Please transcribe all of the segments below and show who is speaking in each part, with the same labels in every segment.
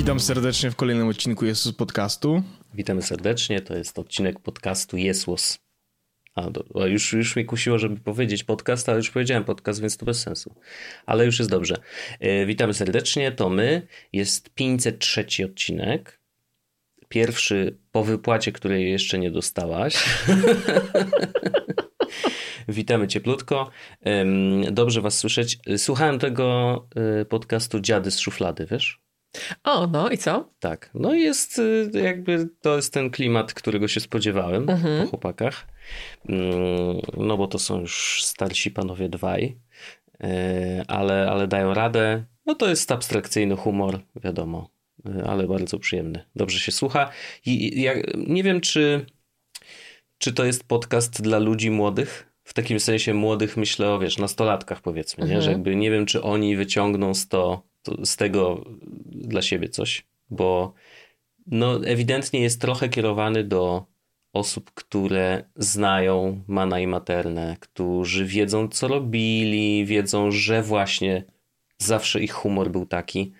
Speaker 1: Witam serdecznie w kolejnym odcinku Jesus Podcastu.
Speaker 2: Witamy serdecznie, to jest odcinek podcastu Jesus. Już mnie kusiło, żeby powiedzieć podcast, ale już powiedziałem podcast, więc to bez sensu. Ale już jest dobrze. Witamy serdecznie, to my. Jest 503 odcinek. Pierwszy po wypłacie, której jeszcze nie dostałaś. Witamy cieplutko. Dobrze was słyszeć. Słuchałem tego podcastu Dziady z szuflady, wiesz?
Speaker 3: O, no i co?
Speaker 2: Tak, no jest jakby to jest ten klimat, którego się spodziewałem po chłopakach. No bo to są już starsi panowie dwaj, ale dają radę. No to jest abstrakcyjny humor, wiadomo, ale bardzo przyjemny. Dobrze się słucha. I ja nie wiem, czy to jest podcast dla ludzi młodych. W takim sensie młodych, myślę o, nastolatkach powiedzmy, nie? Że jakby nie wiem, czy oni wyciągną z tego dla siebie coś, bo no ewidentnie jest trochę kierowany do osób, które znają Mana i Maternę, którzy wiedzą, co robili, wiedzą, że właśnie zawsze ich humor był taki.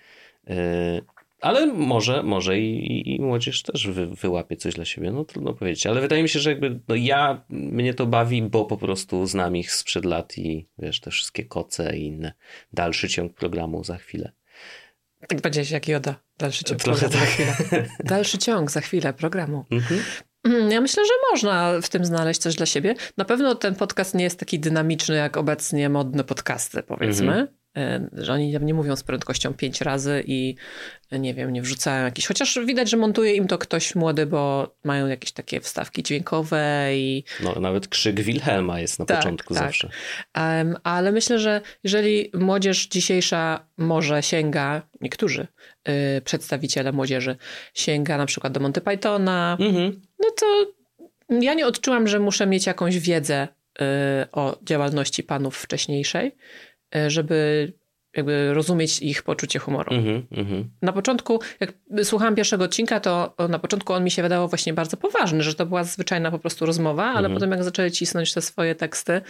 Speaker 2: Ale może i młodzież też wyłapie coś dla siebie, no trudno powiedzieć. Ale wydaje mi się, że jakby mnie to bawi, bo po prostu znam ich sprzed lat i wiesz, te wszystkie koce i inne. Dalszy ciąg programu za chwilę.
Speaker 3: Tak powiedziałeś jak Joda. Dalszy ciąg
Speaker 2: trochę
Speaker 3: programu
Speaker 2: tak.
Speaker 3: za chwilę. Dalszy ciąg za chwilę programu. Ja myślę, że można w tym znaleźć coś dla siebie. Na pewno ten podcast nie jest taki dynamiczny jak obecnie modne podcasty, powiedzmy. Że oni nie mówią z prędkością 5 razy i nie wiem, nie wrzucają jakichś... Chociaż widać, że montuje im to ktoś młody, bo mają jakieś takie wstawki dźwiękowe i...
Speaker 2: No nawet krzyk Wilhelma jest na początku zawsze.
Speaker 3: Ale myślę, że jeżeli młodzież dzisiejsza może sięga, niektórzy przedstawiciele młodzieży sięga na przykład do Monty Pythona, no to ja nie odczułam, że muszę mieć jakąś wiedzę o działalności panów wcześniejszej, żeby jakby rozumieć ich poczucie humoru. Na początku, jak słuchałam pierwszego odcinka, to na początku on mi się wydawał właśnie bardzo poważny, że to była zwyczajna po prostu rozmowa, ale potem jak zaczęli cisnąć te swoje teksty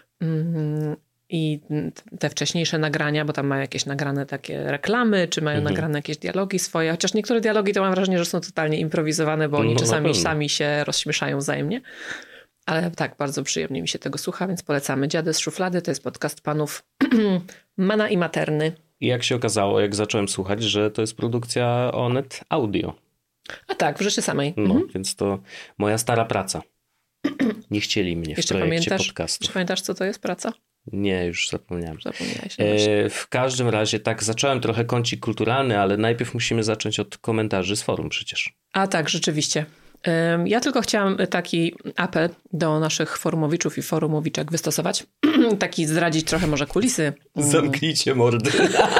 Speaker 3: i te wcześniejsze nagrania, bo tam mają jakieś nagrane takie reklamy, czy mają nagrane jakieś dialogi swoje, chociaż niektóre dialogi to mam wrażenie, że są totalnie improwizowane, bo oni czasami sami się rozśmieszają wzajemnie. Ale tak, bardzo przyjemnie mi się tego słucha, więc polecamy. Dziady z szuflady to jest podcast panów Mana i Materny.
Speaker 2: I jak się okazało, jak zacząłem słuchać, że to jest produkcja Onet Audio.
Speaker 3: A tak, w rzeczy samej.
Speaker 2: No, więc to moja stara praca. Nie chcieli mnie w projekcie podcastu.
Speaker 3: Czy pamiętasz, co to jest praca?
Speaker 2: Nie, już zapomniałem.
Speaker 3: Zapomniałeś.
Speaker 2: W każdym razie tak, zacząłem trochę kącik kulturalny, ale najpierw musimy zacząć od komentarzy z forum przecież.
Speaker 3: A tak, rzeczywiście. Ja tylko chciałam taki apel do naszych forumowiczów i forumowiczek wystosować. Taki zdradzić trochę może kulisy.
Speaker 2: Zamknijcie mordy.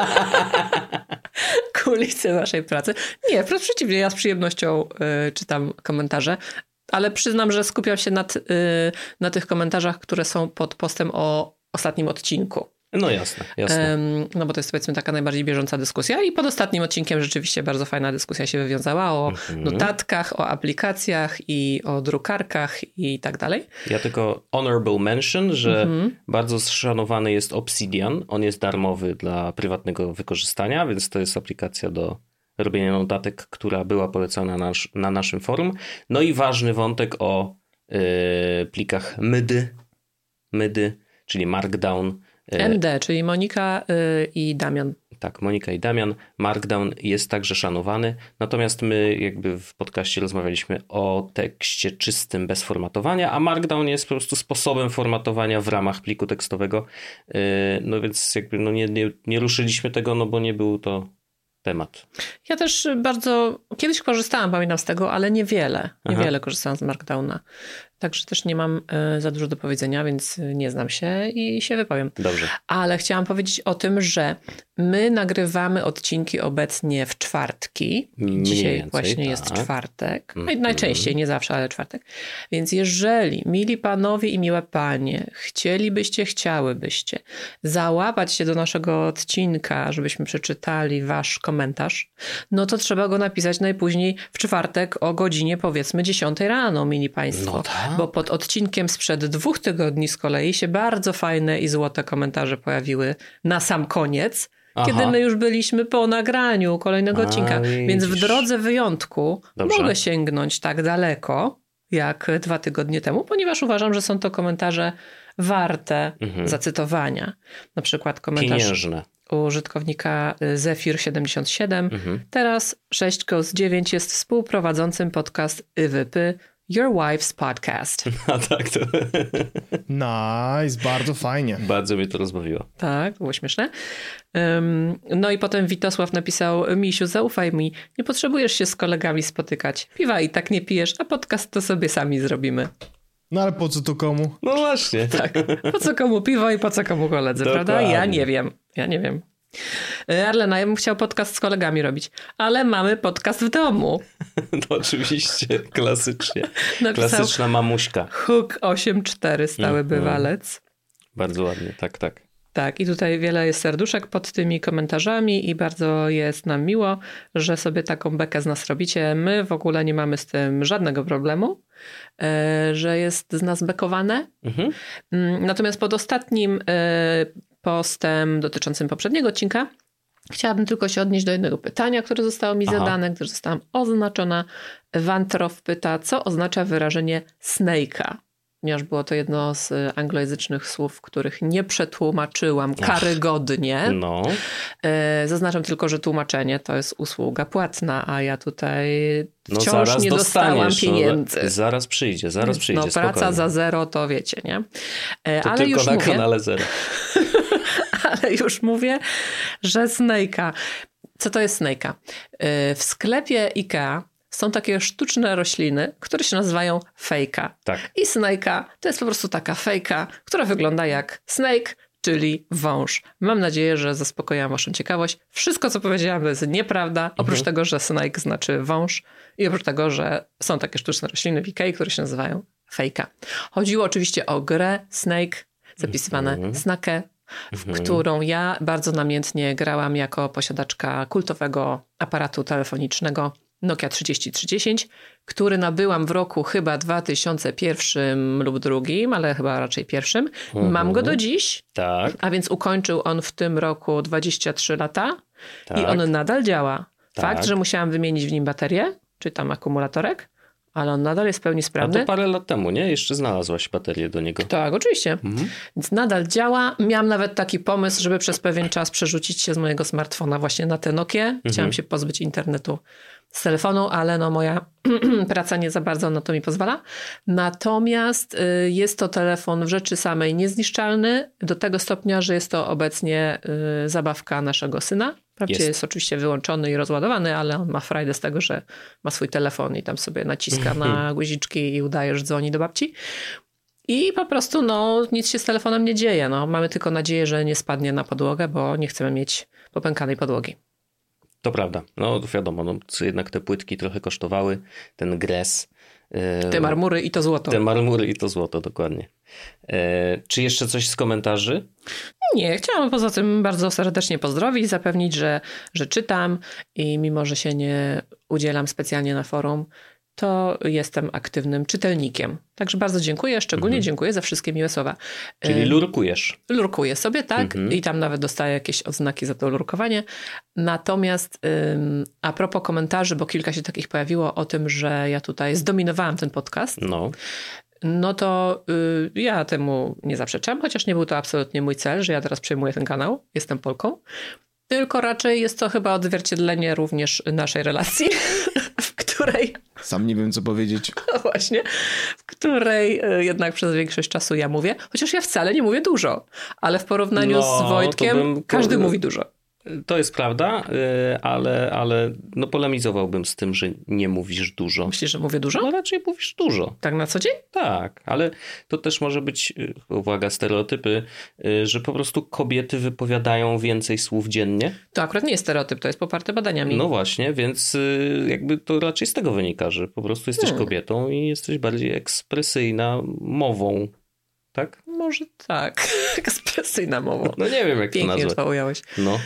Speaker 3: Kulisy naszej pracy. Nie, wprost przeciwnie, ja z przyjemnością czytam komentarze, ale przyznam, że skupiam się na tych komentarzach, które są pod postem o ostatnim odcinku.
Speaker 2: No jasne.
Speaker 3: No bo to jest powiedzmy taka najbardziej bieżąca dyskusja i pod ostatnim odcinkiem rzeczywiście bardzo fajna dyskusja się wywiązała o notatkach, o aplikacjach i o drukarkach i tak dalej.
Speaker 2: Ja tylko honorable mention, że bardzo szanowany jest Obsidian. On jest darmowy dla prywatnego wykorzystania, więc to jest aplikacja do robienia notatek, która była polecana na naszym forum. No i ważny wątek o plikach MIDI, czyli Markdown.
Speaker 3: MD, czyli Monika i Damian.
Speaker 2: Tak, Monika i Damian. Markdown jest także szanowany. Natomiast my jakby w podcaście rozmawialiśmy o tekście czystym bez formatowania, a Markdown jest po prostu sposobem formatowania w ramach pliku tekstowego. No więc jakby nie ruszyliśmy tego, no bo nie był to temat.
Speaker 3: Ja też bardzo kiedyś korzystałam, pamiętam z tego, ale niewiele korzystałam z Markdowna. Także też nie mam za dużo do powiedzenia, więc nie znam się i się wypowiem.
Speaker 2: Dobrze.
Speaker 3: Ale chciałam powiedzieć o tym, że my nagrywamy odcinki obecnie w czwartki. Dzisiaj właśnie jest czwartek. Najczęściej, nie zawsze, ale czwartek. Więc jeżeli, mili panowie i miłe panie, chciałybyście załapać się do naszego odcinka, żebyśmy przeczytali wasz komentarz, no to trzeba go napisać najpóźniej w czwartek o godzinie powiedzmy 10 rano, mili państwo.
Speaker 2: No tak.
Speaker 3: Bo pod odcinkiem sprzed 2 tygodni z kolei się bardzo fajne i złote komentarze pojawiły na sam koniec. kiedy my już byliśmy po nagraniu kolejnego odcinka. Więc w drodze wyjątku mogę sięgnąć tak daleko, jak 2 tygodnie temu, ponieważ uważam, że są to komentarze warte zacytowania. Na przykład komentarz
Speaker 2: pieniężne
Speaker 3: użytkownika Zephyr77. Teraz 6 Goes 9 jest współprowadzącym podcast IWP Your Wife's Podcast.
Speaker 2: A tak, to...
Speaker 1: Nice, bardzo fajnie.
Speaker 2: Bardzo mnie to rozbawiło.
Speaker 3: Tak, było śmieszne. No i potem Witosław napisał: Misiu, zaufaj mi, nie potrzebujesz się z kolegami spotykać. Piwa i tak nie pijesz, a podcast to sobie sami zrobimy.
Speaker 1: No ale po co to komu?
Speaker 2: No właśnie.
Speaker 3: Tak, po co komu piwo i po co komu koledzy, prawda? Ja nie wiem. Arlena, ja bym chciał podcast z kolegami robić, ale mamy podcast w domu.
Speaker 2: No oczywiście, klasycznie. Klasyczna mamuśka.
Speaker 3: Hook 8.4, stały bywalec.
Speaker 2: Bardzo ładnie, tak.
Speaker 3: Tak, i tutaj wiele jest serduszek pod tymi komentarzami i bardzo jest nam miło, że sobie taką bekę z nas robicie. My w ogóle nie mamy z tym żadnego problemu, że jest z nas bekowane. Natomiast pod ostatnim postem dotyczącym poprzedniego odcinka chciałabym tylko się odnieść do jednego pytania, które zostało mi zadane, gdyż zostałam oznaczona. Wantrow pyta, co oznacza wyrażenie snake'a? Ponieważ było to jedno z anglojęzycznych słów, których nie przetłumaczyłam karygodnie.
Speaker 2: No.
Speaker 3: Zaznaczam tylko, że tłumaczenie to jest usługa płatna, a ja tutaj
Speaker 2: wciąż
Speaker 3: nie dostałam pieniędzy.
Speaker 2: No, zaraz przyjdzie,
Speaker 3: No praca za zero to wiecie, nie?
Speaker 2: To
Speaker 3: ale
Speaker 2: tylko
Speaker 3: już
Speaker 2: na
Speaker 3: mówię,
Speaker 2: kanale zero.
Speaker 3: ale już mówię, że snake'a. Co to jest snake'a? W sklepie IKEA są takie sztuczne rośliny, które się nazywają fejka.
Speaker 2: Tak.
Speaker 3: I snake'a to jest po prostu taka fejka, która wygląda jak snake, czyli wąż. Mam nadzieję, że zaspokojałam waszą ciekawość. Wszystko, co powiedziałam, to jest nieprawda. Oprócz tego, że snake znaczy wąż i oprócz tego, że są takie sztuczne rośliny w Ikei, które się nazywają fejka. Chodziło oczywiście o grę Snake, zapisywane snake, w którą ja bardzo namiętnie grałam jako posiadaczka kultowego aparatu telefonicznego Nokia 3310, który nabyłam w roku chyba 2001 lub 2002, ale chyba raczej pierwszym. Mam go do dziś,
Speaker 2: tak.
Speaker 3: A więc ukończył on w tym roku 23 lata i on nadal działa. Fakt, że musiałam wymienić w nim baterię, czy tam akumulatorek, ale on nadal jest w pełni sprawny.
Speaker 2: A to parę lat temu, nie? Jeszcze znalazłaś baterię do niego.
Speaker 3: Tak, oczywiście. Więc nadal działa. Miałam nawet taki pomysł, żeby przez pewien czas przerzucić się z mojego smartfona właśnie na tę Nokię. Chciałam się pozbyć internetu z telefonu, ale no moja praca nie za bardzo na to mi pozwala. Natomiast jest to telefon w rzeczy samej niezniszczalny do tego stopnia, że jest to obecnie zabawka naszego syna. Wprawdzie jest oczywiście wyłączony i rozładowany, ale on ma frajdę z tego, że ma swój telefon i tam sobie naciska na guziczki i udaje, że dzwoni do babci. I po prostu nic się z telefonem nie dzieje. Mamy tylko nadzieję, że nie spadnie na podłogę, bo nie chcemy mieć popękanej podłogi.
Speaker 2: To prawda. No wiadomo, jednak te płytki trochę kosztowały, ten gres.
Speaker 3: Te marmury i to złoto.
Speaker 2: Te marmury i to złoto, dokładnie. Czy jeszcze coś z komentarzy?
Speaker 3: Nie, chciałam poza tym bardzo serdecznie pozdrowić, zapewnić, że czytam i mimo, że się nie udzielam specjalnie na forum, to jestem aktywnym czytelnikiem. Także bardzo dziękuję, szczególnie dziękuję za wszystkie miłe słowa.
Speaker 2: Czyli lurkujesz.
Speaker 3: Lurkuję sobie, tak. I tam nawet dostaję jakieś odznaki za to lurkowanie. Natomiast a propos komentarzy, bo kilka się takich pojawiło o tym, że ja tutaj zdominowałam ten podcast. No to ja temu nie zaprzeczam, chociaż nie był to absolutnie mój cel, że ja teraz przejmuję ten kanał. Jestem Polką. Tylko raczej jest to chyba odzwierciedlenie również naszej relacji, w której...
Speaker 1: Sam nie wiem, co powiedzieć.
Speaker 3: No właśnie, w której jednak przez większość czasu ja mówię, chociaż ja wcale nie mówię dużo, ale w porównaniu z Wojtkiem każdy mówi dużo.
Speaker 2: To jest prawda, ale polemizowałbym z tym, że nie mówisz dużo.
Speaker 3: Myślisz, że mówię dużo?
Speaker 2: No raczej mówisz dużo.
Speaker 3: Tak na co dzień?
Speaker 2: Tak, ale to też może być, uwaga, stereotypy, że po prostu kobiety wypowiadają więcej słów dziennie.
Speaker 3: To akurat nie jest stereotyp, to jest poparte badaniami.
Speaker 2: No właśnie, więc jakby to raczej z tego wynika, że po prostu jesteś kobietą i jesteś bardziej ekspresyjna mową. Tak?
Speaker 3: Może tak. Ekspresyjna mową.
Speaker 2: No nie wiem, jak
Speaker 3: pięknie
Speaker 2: to nazwać.
Speaker 3: to ująłeś.
Speaker 2: No.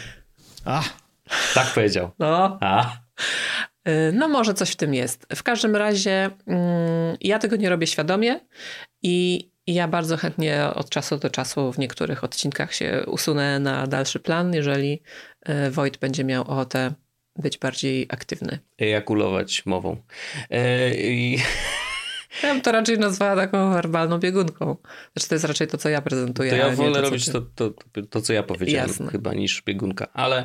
Speaker 2: Tak powiedział.
Speaker 3: No może coś w tym jest. W każdym razie ja tego nie robię świadomie i I ja bardzo chętnie od czasu do czasu w niektórych odcinkach się usunę na dalszy plan, jeżeli Wojt będzie miał ochotę być bardziej aktywny.
Speaker 2: Ejakulować mową.
Speaker 3: Ja bym to raczej nazwała taką werbalną biegunką. Znaczy to jest raczej to, co ja prezentuję.
Speaker 2: To ja wolę robić to, co ja powiedziałem, chyba niż biegunka. Ale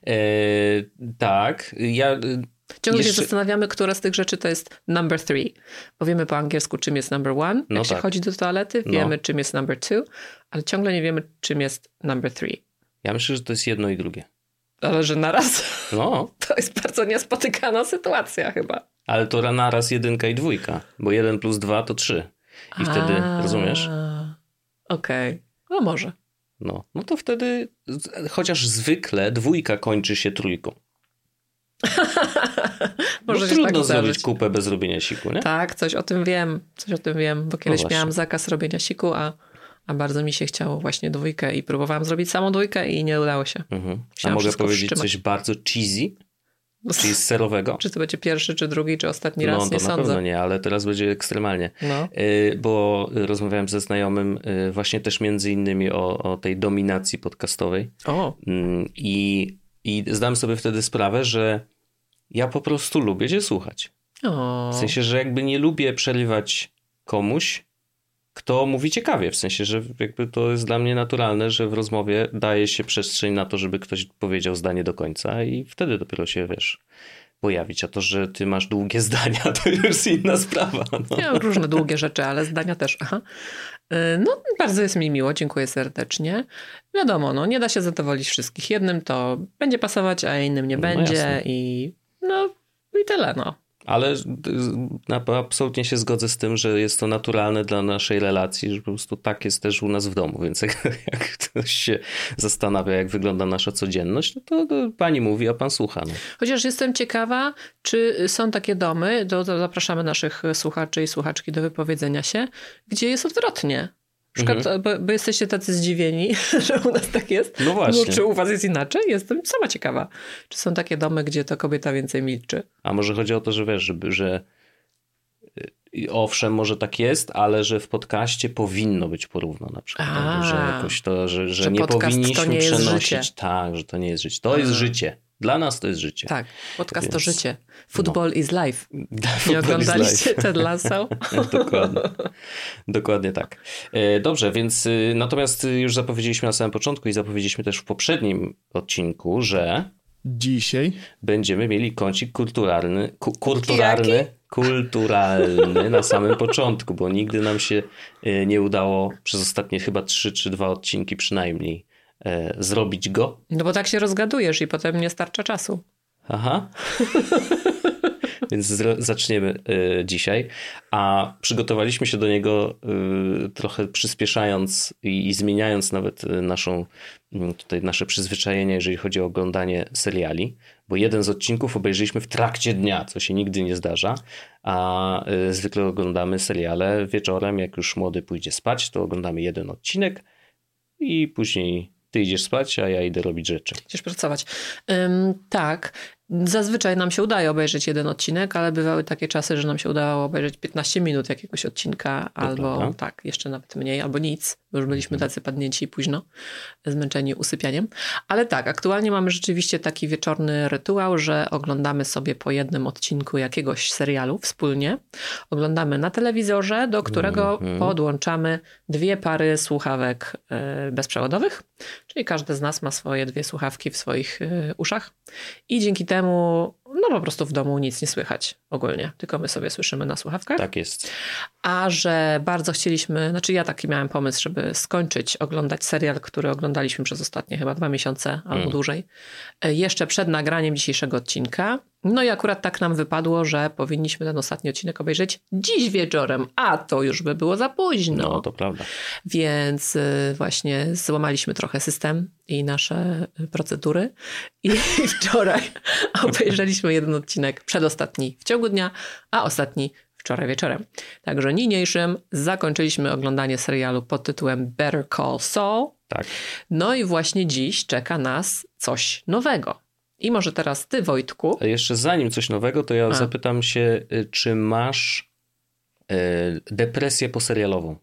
Speaker 2: tak, ja...
Speaker 3: Ciągle się zastanawiamy, która z tych rzeczy to jest number 3. Bo wiemy po angielsku, czym jest number 1. Jak się chodzi do toalety, wiemy, czym jest number 2, ale ciągle nie wiemy, czym jest number 3.
Speaker 2: Ja myślę, że to jest jedno i drugie.
Speaker 3: Ale że naraz?
Speaker 2: No.
Speaker 3: To jest bardzo niespotykana sytuacja chyba.
Speaker 2: Ale to naraz 1 i 2, bo 1 plus 2 to 3. I wtedy, rozumiesz?
Speaker 3: Okej. No może.
Speaker 2: No to wtedy, chociaż zwykle 2 kończy się 3. Może trudno tak zrobić kupę bez robienia siku, nie?
Speaker 3: Tak, coś o tym wiem, bo kiedyś miałam zakaz robienia siku, a bardzo mi się chciało właśnie 2 i próbowałam zrobić samą 2 i nie udało się.
Speaker 2: A mogę powiedzieć coś bardzo cheesy? Czyli serowego?
Speaker 3: Czy to będzie pierwszy, czy drugi, czy ostatni raz, nie sądzę.
Speaker 2: No to na pewno nie, ale teraz będzie ekstremalnie.
Speaker 3: No.
Speaker 2: Bo rozmawiałem ze znajomym właśnie też między innymi o tej dominacji podcastowej. I zdałem sobie wtedy sprawę, że ja po prostu lubię cię słuchać. W sensie, że jakby nie lubię przerywać komuś, kto mówi ciekawie. W sensie, że jakby to jest dla mnie naturalne, że w rozmowie daje się przestrzeń na to, żeby ktoś powiedział zdanie do końca i wtedy dopiero się, pojawić. A to, że ty masz długie zdania, to już inna sprawa. No.
Speaker 3: Ja mam różne długie rzeczy, ale zdania też. Aha. No, bardzo jest mi miło, dziękuję serdecznie. Wiadomo, nie da się zadowolić wszystkich. Jednym to będzie pasować, a innym nie będzie.
Speaker 2: Jasne.
Speaker 3: I tyle,
Speaker 2: Ale absolutnie się zgodzę z tym, że jest to naturalne dla naszej relacji, że po prostu tak jest też u nas w domu, więc jak ktoś się zastanawia, jak wygląda nasza codzienność, no to pani mówi, a pan słucha. No.
Speaker 3: Chociaż jestem ciekawa, czy są takie domy, zapraszamy naszych słuchaczy i słuchaczki do wypowiedzenia się, gdzie jest odwrotnie. Na przykład, bo jesteście tacy zdziwieni, że u nas tak jest.
Speaker 2: No właśnie.
Speaker 3: Czy u was jest inaczej? Jestem sama ciekawa. Czy są takie domy, gdzie to kobieta więcej milczy?
Speaker 2: A może chodzi o to, że że owszem, może tak jest, ale że w podcaście powinno być porówno na przykład. Że jakoś to, że nie powinniśmy przenosić. Tak, że to nie jest życie. To jest życie. Dla nas to jest życie.
Speaker 3: Tak, podcast to życie. Football is life. Nie oglądaliście Ted Lasso?
Speaker 2: Dokładnie tak. Dobrze, więc natomiast już zapowiedzieliśmy na samym początku i zapowiedzieliśmy też w poprzednim odcinku, że
Speaker 1: dzisiaj
Speaker 2: będziemy mieli kącik kulturalny na samym początku, bo nigdy nam się nie udało przez ostatnie chyba 3 czy 2 odcinki przynajmniej zrobić go.
Speaker 3: No bo tak się rozgadujesz i potem nie starcza czasu.
Speaker 2: Aha. Więc zaczniemy dzisiaj. A przygotowaliśmy się do niego trochę przyspieszając i zmieniając nawet nasze przyzwyczajenia, jeżeli chodzi o oglądanie seriali. Bo jeden z odcinków obejrzeliśmy w trakcie dnia, co się nigdy nie zdarza. A zwykle oglądamy seriale wieczorem, jak już młody pójdzie spać, to oglądamy jeden odcinek i później ty idziesz spać, a ja idę robić rzeczy.
Speaker 3: Idziesz pracować. Tak. Zazwyczaj nam się udaje obejrzeć jeden odcinek, ale bywały takie czasy, że nam się udało obejrzeć 15 minut jakiegoś odcinka, albo tak, jeszcze nawet mniej, albo nic, bo już byliśmy tacy padnięci późno, zmęczeni usypianiem. Ale tak, aktualnie mamy rzeczywiście taki wieczorny rytuał, że oglądamy sobie po jednym odcinku jakiegoś serialu wspólnie. Oglądamy na telewizorze, do którego podłączamy 2 pary słuchawek bezprzewodowych, czyli każdy z nas ma swoje 2 słuchawki w swoich uszach i dzięki temu po prostu w domu nic nie słychać ogólnie, tylko my sobie słyszymy na słuchawkach.
Speaker 2: Tak jest.
Speaker 3: A że bardzo chcieliśmy, ja taki miałem pomysł, żeby skończyć oglądać serial, który oglądaliśmy przez ostatnie chyba 2 miesiące albo dłużej, jeszcze przed nagraniem dzisiejszego odcinka. No i akurat tak nam wypadło, że powinniśmy ten ostatni odcinek obejrzeć dziś wieczorem, a to już by było za późno.
Speaker 2: No, to prawda.
Speaker 3: Więc właśnie złamaliśmy trochę system i nasze procedury i wczoraj obejrzeliśmy jeden odcinek, przedostatni w ciągu dnia, a ostatni wczoraj wieczorem. Także niniejszym zakończyliśmy oglądanie serialu pod tytułem Better Call Saul.
Speaker 2: Tak.
Speaker 3: No i właśnie dziś czeka nas coś nowego. I może teraz ty, Wojtku.
Speaker 2: A jeszcze zanim coś nowego, to ja zapytam się, czy masz depresję poserialową?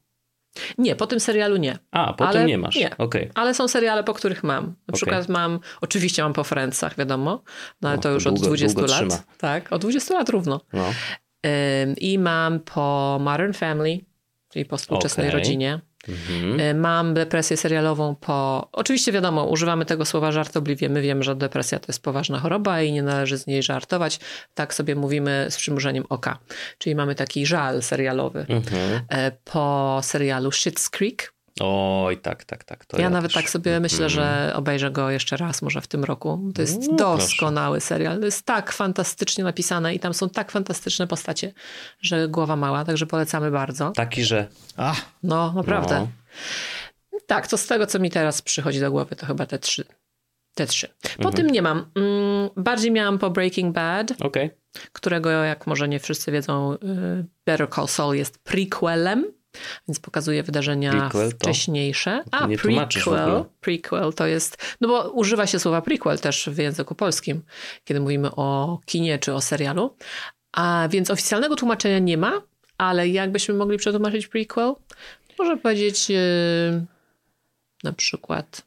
Speaker 3: Nie, po tym serialu nie.
Speaker 2: A, po tym nie masz.
Speaker 3: Nie,
Speaker 2: okay.
Speaker 3: Ale są seriale, po których mam. Na przykład oczywiście mam po Friendsach, wiadomo, no ale to już od 20 lat. Trzyma. Tak, od 20 lat równo. No. I mam po Modern Family, czyli po współczesnej rodzinie. Mam depresję serialową po... Oczywiście wiadomo, używamy tego słowa żartobliwie. My wiemy, że depresja to jest poważna choroba i nie należy z niej żartować. Tak sobie mówimy z przymrużeniem oka. Czyli mamy taki żal serialowy. Po serialu Schitt's Creek.
Speaker 2: Oj, tak. To
Speaker 3: ja nawet tak sobie myślę, że obejrzę go jeszcze raz może w tym roku. To jest doskonały serial. To jest tak fantastycznie napisane i tam są tak fantastyczne postacie, że głowa mała, także polecamy bardzo.
Speaker 2: Taki, że...
Speaker 3: No, naprawdę. Tak, to z tego, co mi teraz przychodzi do głowy, to chyba te trzy. Po tym nie mam. Bardziej miałam po Breaking Bad, którego, jak może nie wszyscy wiedzą, Better Call Saul jest prequelem. Więc pokazuje wydarzenia wcześniejsze. Prequel to jest... No bo używa się słowa prequel też w języku polskim, kiedy mówimy o kinie czy o serialu. A więc oficjalnego tłumaczenia nie ma, ale jakbyśmy mogli przetłumaczyć prequel? Można powiedzieć na przykład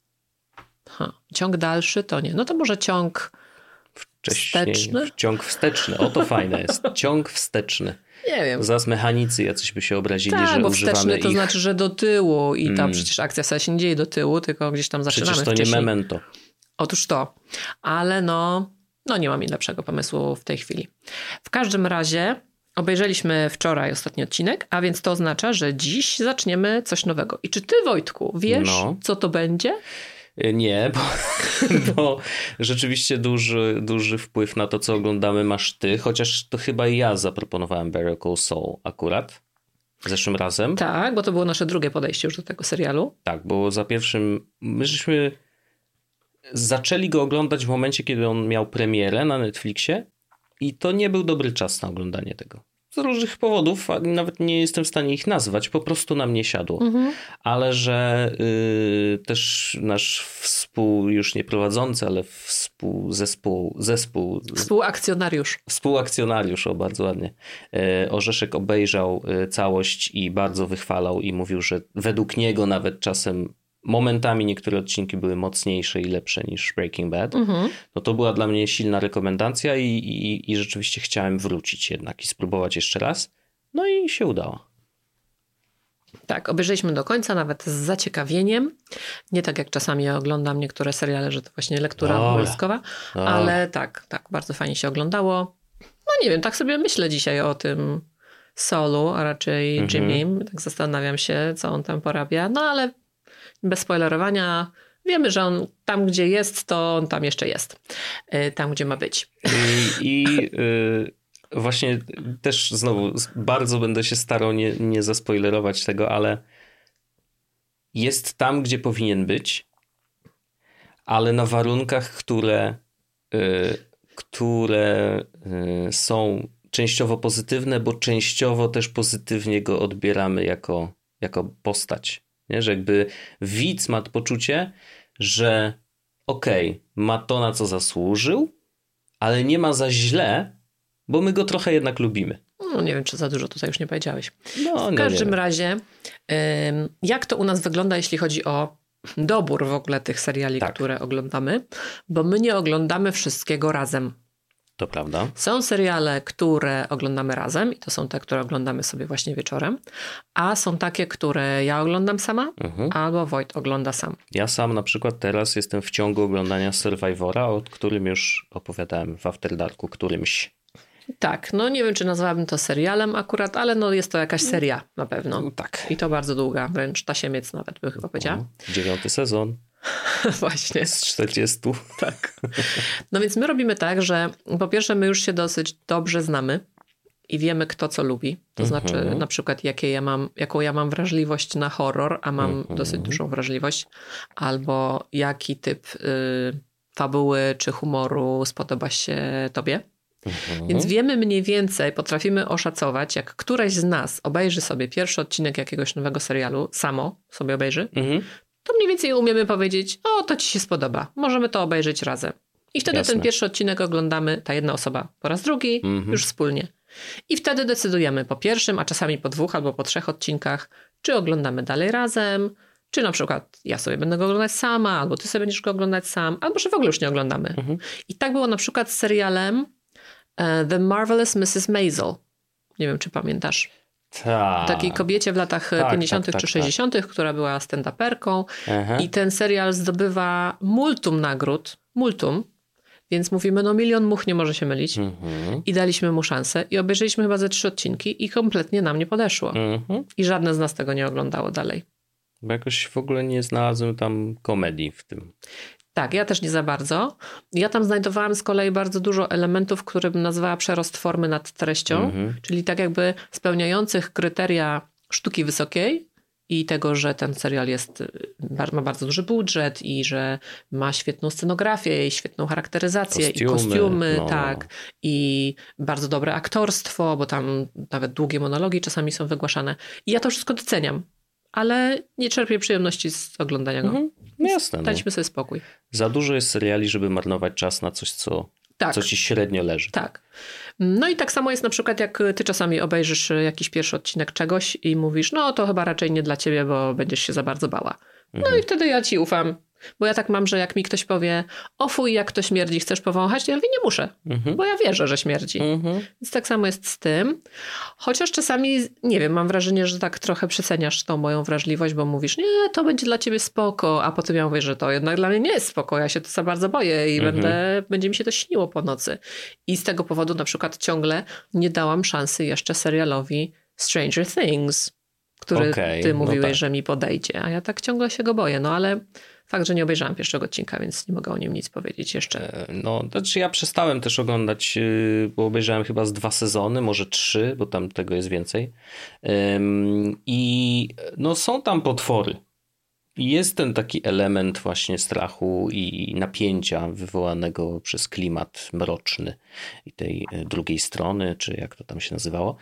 Speaker 3: ciąg dalszy to nie. No to może ciąg wsteczny?
Speaker 2: Ciąg wsteczny. O, to fajne jest. Ciąg wsteczny.
Speaker 3: Nie wiem.
Speaker 2: Zaraz mechanicy jacyś by się obrazili,
Speaker 3: że
Speaker 2: bo
Speaker 3: używamy
Speaker 2: wsteczny
Speaker 3: to znaczy, że do tyłu i tam przecież akcja wcale się nie dzieje do tyłu, tylko gdzieś tam zaczynamy
Speaker 2: wcześniej. Przecież to nie Memento.
Speaker 3: Otóż to. Ale no nie mam lepszego pomysłu w tej chwili. W każdym razie obejrzeliśmy wczoraj ostatni odcinek, a więc to oznacza, że dziś zaczniemy coś nowego. I czy ty, Wojtku, wiesz, co to będzie?
Speaker 2: Nie, bo rzeczywiście duży wpływ na to, co oglądamy, masz ty, chociaż to chyba ja zaproponowałem Better Call Saul akurat zeszłym razem.
Speaker 3: Tak, bo to było nasze drugie podejście już do tego serialu.
Speaker 2: Tak, bo za pierwszym, my żeśmy zaczęli go oglądać w momencie, kiedy on miał premierę na Netflixie i to nie był dobry czas na oglądanie tego. Z różnych powodów, a nawet nie jestem w stanie ich nazwać, po prostu nam nie siadło. Ale że też nasz już nie prowadzący, ale Współakcjonariusz, bardzo ładnie. Orzeszek obejrzał całość i bardzo wychwalał i mówił, że według niego nawet czasem momentami niektóre odcinki były mocniejsze i lepsze niż Breaking Bad. No to była dla mnie silna rekomendacja i rzeczywiście chciałem wrócić jednak i spróbować jeszcze raz. No i się udało.
Speaker 3: Tak, obejrzeliśmy do końca, nawet z zaciekawieniem. Nie tak jak czasami oglądam niektóre seriale, że to właśnie lektura obowiązkowa, ale tak, bardzo fajnie się oglądało. No nie wiem, tak sobie myślę dzisiaj o tym Saulu, a raczej Jimmy. Tak zastanawiam się, co on tam porabia. No ale bez spoilerowania wiemy, że on tam, gdzie jest, to on tam jeszcze jest. Tam, gdzie ma być.
Speaker 2: Właśnie też znowu bardzo będę się starał nie zaspoilerować tego, ale jest tam, gdzie powinien być, ale na warunkach, które są częściowo pozytywne, bo częściowo też pozytywnie go odbieramy jako postać. Nie? Że jakby widz ma poczucie, że ma to, na co zasłużył, ale nie ma za źle, bo my go trochę jednak lubimy.
Speaker 3: No nie wiem, czy za dużo tutaj już nie powiedziałeś. W każdym razie, jak to u nas wygląda, jeśli chodzi o dobór w ogóle tych seriali, które oglądamy, bo my nie oglądamy wszystkiego razem.
Speaker 2: To prawda.
Speaker 3: Są seriale, które oglądamy razem i to są te, które oglądamy sobie właśnie wieczorem, a są takie, które ja oglądam sama albo Wojt ogląda sam.
Speaker 2: Ja sam na przykład teraz jestem w ciągu oglądania Survivora, o którym już opowiadałem w After Darku którymś.
Speaker 3: Tak, no nie wiem, czy nazwałabym to serialem akurat, ale no jest to jakaś seria na pewno.
Speaker 2: Tak.
Speaker 3: I to bardzo długa, wręcz tasiemiec nawet bym chyba powiedziała.
Speaker 2: 9. sezon.
Speaker 3: Właśnie.
Speaker 2: Z 40.
Speaker 3: Tak. No więc my robimy tak, że po pierwsze my już się dosyć dobrze znamy i wiemy, kto co lubi. To znaczy na przykład jaką ja mam wrażliwość na horror, a mam dosyć dużą wrażliwość, albo jaki typ fabuły czy humoru spodoba się tobie. Więc wiemy mniej więcej, potrafimy oszacować, jak któraś z nas obejrzy sobie pierwszy odcinek jakiegoś nowego serialu, samo sobie obejrzy, to mniej więcej umiemy powiedzieć, to ci się spodoba, możemy to obejrzeć razem. I wtedy ten pierwszy odcinek oglądamy, ta jedna osoba po raz drugi, już wspólnie. I wtedy decydujemy po pierwszym, a czasami po 2 albo po 3 odcinkach, czy oglądamy dalej razem, czy na przykład ja sobie będę go oglądać sama, albo ty sobie będziesz go oglądać sam, albo że w ogóle już nie oglądamy. I tak było na przykład z serialem The Marvelous Mrs. Maisel. Nie wiem, czy pamiętasz.
Speaker 2: Tak.
Speaker 3: Takiej kobiecie w latach 50. czy 60., która była stand-uperką. I ten serial zdobywa multum nagród. Multum. Więc mówimy, no milion much nie może się mylić. I daliśmy mu szansę. I obejrzeliśmy chyba ze 3 odcinki i kompletnie nam nie podeszło. I żadne z nas tego nie oglądało dalej.
Speaker 2: Bo jakoś w ogóle nie znalazłem tam komedii w tym.
Speaker 3: Tak, ja też nie za bardzo. Ja tam znajdowałam z kolei bardzo dużo elementów, które bym nazwała przerost formy nad treścią, czyli tak jakby spełniających kryteria sztuki wysokiej i tego, że ten serial ma bardzo duży budżet i że ma świetną scenografię i świetną charakteryzację i kostiumy, tak, i bardzo dobre aktorstwo, bo tam nawet długie monologi czasami są wygłaszane. I ja to wszystko doceniam. Ale nie czerpię przyjemności z oglądania go.
Speaker 2: No jasne.
Speaker 3: Daliśmy sobie spokój.
Speaker 2: Za dużo jest seriali, żeby marnować czas na coś, co ci średnio leży. Tak.
Speaker 3: No i tak samo jest na przykład, jak ty czasami obejrzysz jakiś pierwszy odcinek czegoś i mówisz, no to chyba raczej nie dla ciebie, bo będziesz się za bardzo bała. No i wtedy ja ci ufam. Bo ja tak mam, że jak mi ktoś powie, o fuj, jak to śmierdzi, chcesz powąchać? Ja mówię, nie muszę, bo ja wierzę, że śmierdzi. Więc tak samo jest z tym. Chociaż czasami, nie wiem, mam wrażenie, że tak trochę przeceniasz tą moją wrażliwość, bo mówisz, nie, to będzie dla ciebie spoko, a potem ja mówię, że to jednak dla mnie nie jest spoko, ja się to za bardzo boję i będzie mi się to śniło po nocy. I z tego powodu na przykład ciągle nie dałam szansy jeszcze serialowi Stranger Things, który ty mówiłeś, że mi podejdzie, a ja tak ciągle się go boję, no ale fakt, że nie obejrzałam pierwszego odcinka, więc nie mogę o nim nic powiedzieć jeszcze.
Speaker 2: No, znaczy ja przestałem też oglądać, bo obejrzałem chyba z 2 sezony, może 3, bo tam tego jest więcej. I no są tam potwory. I jest ten taki element właśnie strachu i napięcia wywołanego przez klimat mroczny i tej drugiej strony, czy jak to tam się nazywało.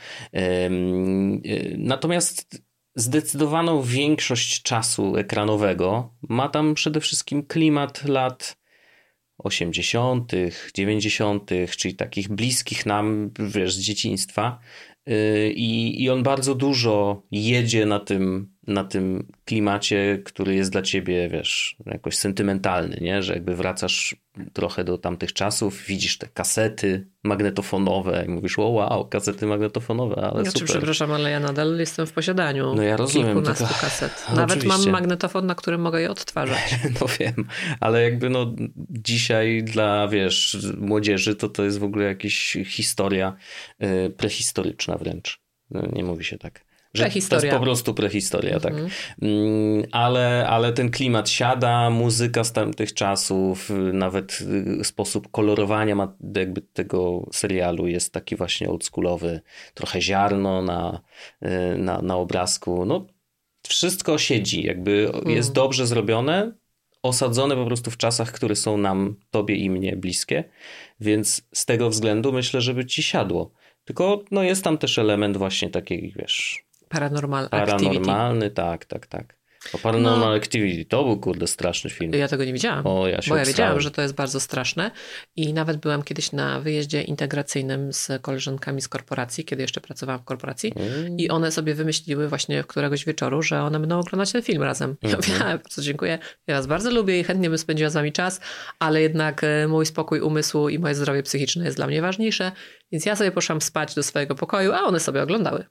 Speaker 2: Natomiast zdecydowaną większość czasu ekranowego ma tam przede wszystkim klimat lat 80., 90., czyli takich bliskich nam, wiesz, z dzieciństwa. I on bardzo dużo jedzie na tym klimacie, który jest dla ciebie, wiesz, jakoś sentymentalny, nie? Że jakby wracasz trochę do tamtych czasów, widzisz te kasety magnetofonowe i mówisz, o wow, kasety magnetofonowe, ale super.
Speaker 3: Przepraszam, ale ja nadal jestem w posiadaniu kilkunastu kaset.
Speaker 2: No,
Speaker 3: nawet
Speaker 2: oczywiście.
Speaker 3: mam magnetofon, na którym mogę je odtwarzać.
Speaker 2: No wiem, ale jakby no dzisiaj dla, wiesz, młodzieży to jest w ogóle jakaś historia prehistoryczna wręcz. No, nie mówi się tak. Że to jest po prostu prehistoria, tak. Ale ten klimat siada, muzyka z tamtych czasów, nawet sposób kolorowania jakby tego serialu jest taki właśnie oldschoolowy. Trochę ziarno na obrazku. No, wszystko siedzi, jakby jest dobrze zrobione, osadzone po prostu w czasach, które są nam, tobie i mnie bliskie, więc z tego względu myślę, żeby ci siadło. Tylko no jest tam też element właśnie takiej, wiesz... Paranormalny, tak. O Paranormal Activity, to był kurde straszny film.
Speaker 3: Ja tego nie widziałam, bo ja wiedziałam, że to jest bardzo straszne i nawet byłam kiedyś na wyjeździe integracyjnym z koleżankami z korporacji, kiedy jeszcze pracowałam w korporacji i one sobie wymyśliły właśnie któregoś wieczoru, że one będą oglądać ten film razem. Ja mówię, bardzo dziękuję, ja was bardzo lubię i chętnie bym spędziła z wami czas, ale jednak mój spokój umysłu i moje zdrowie psychiczne jest dla mnie ważniejsze, więc ja sobie poszłam spać do swojego pokoju, a one sobie oglądały.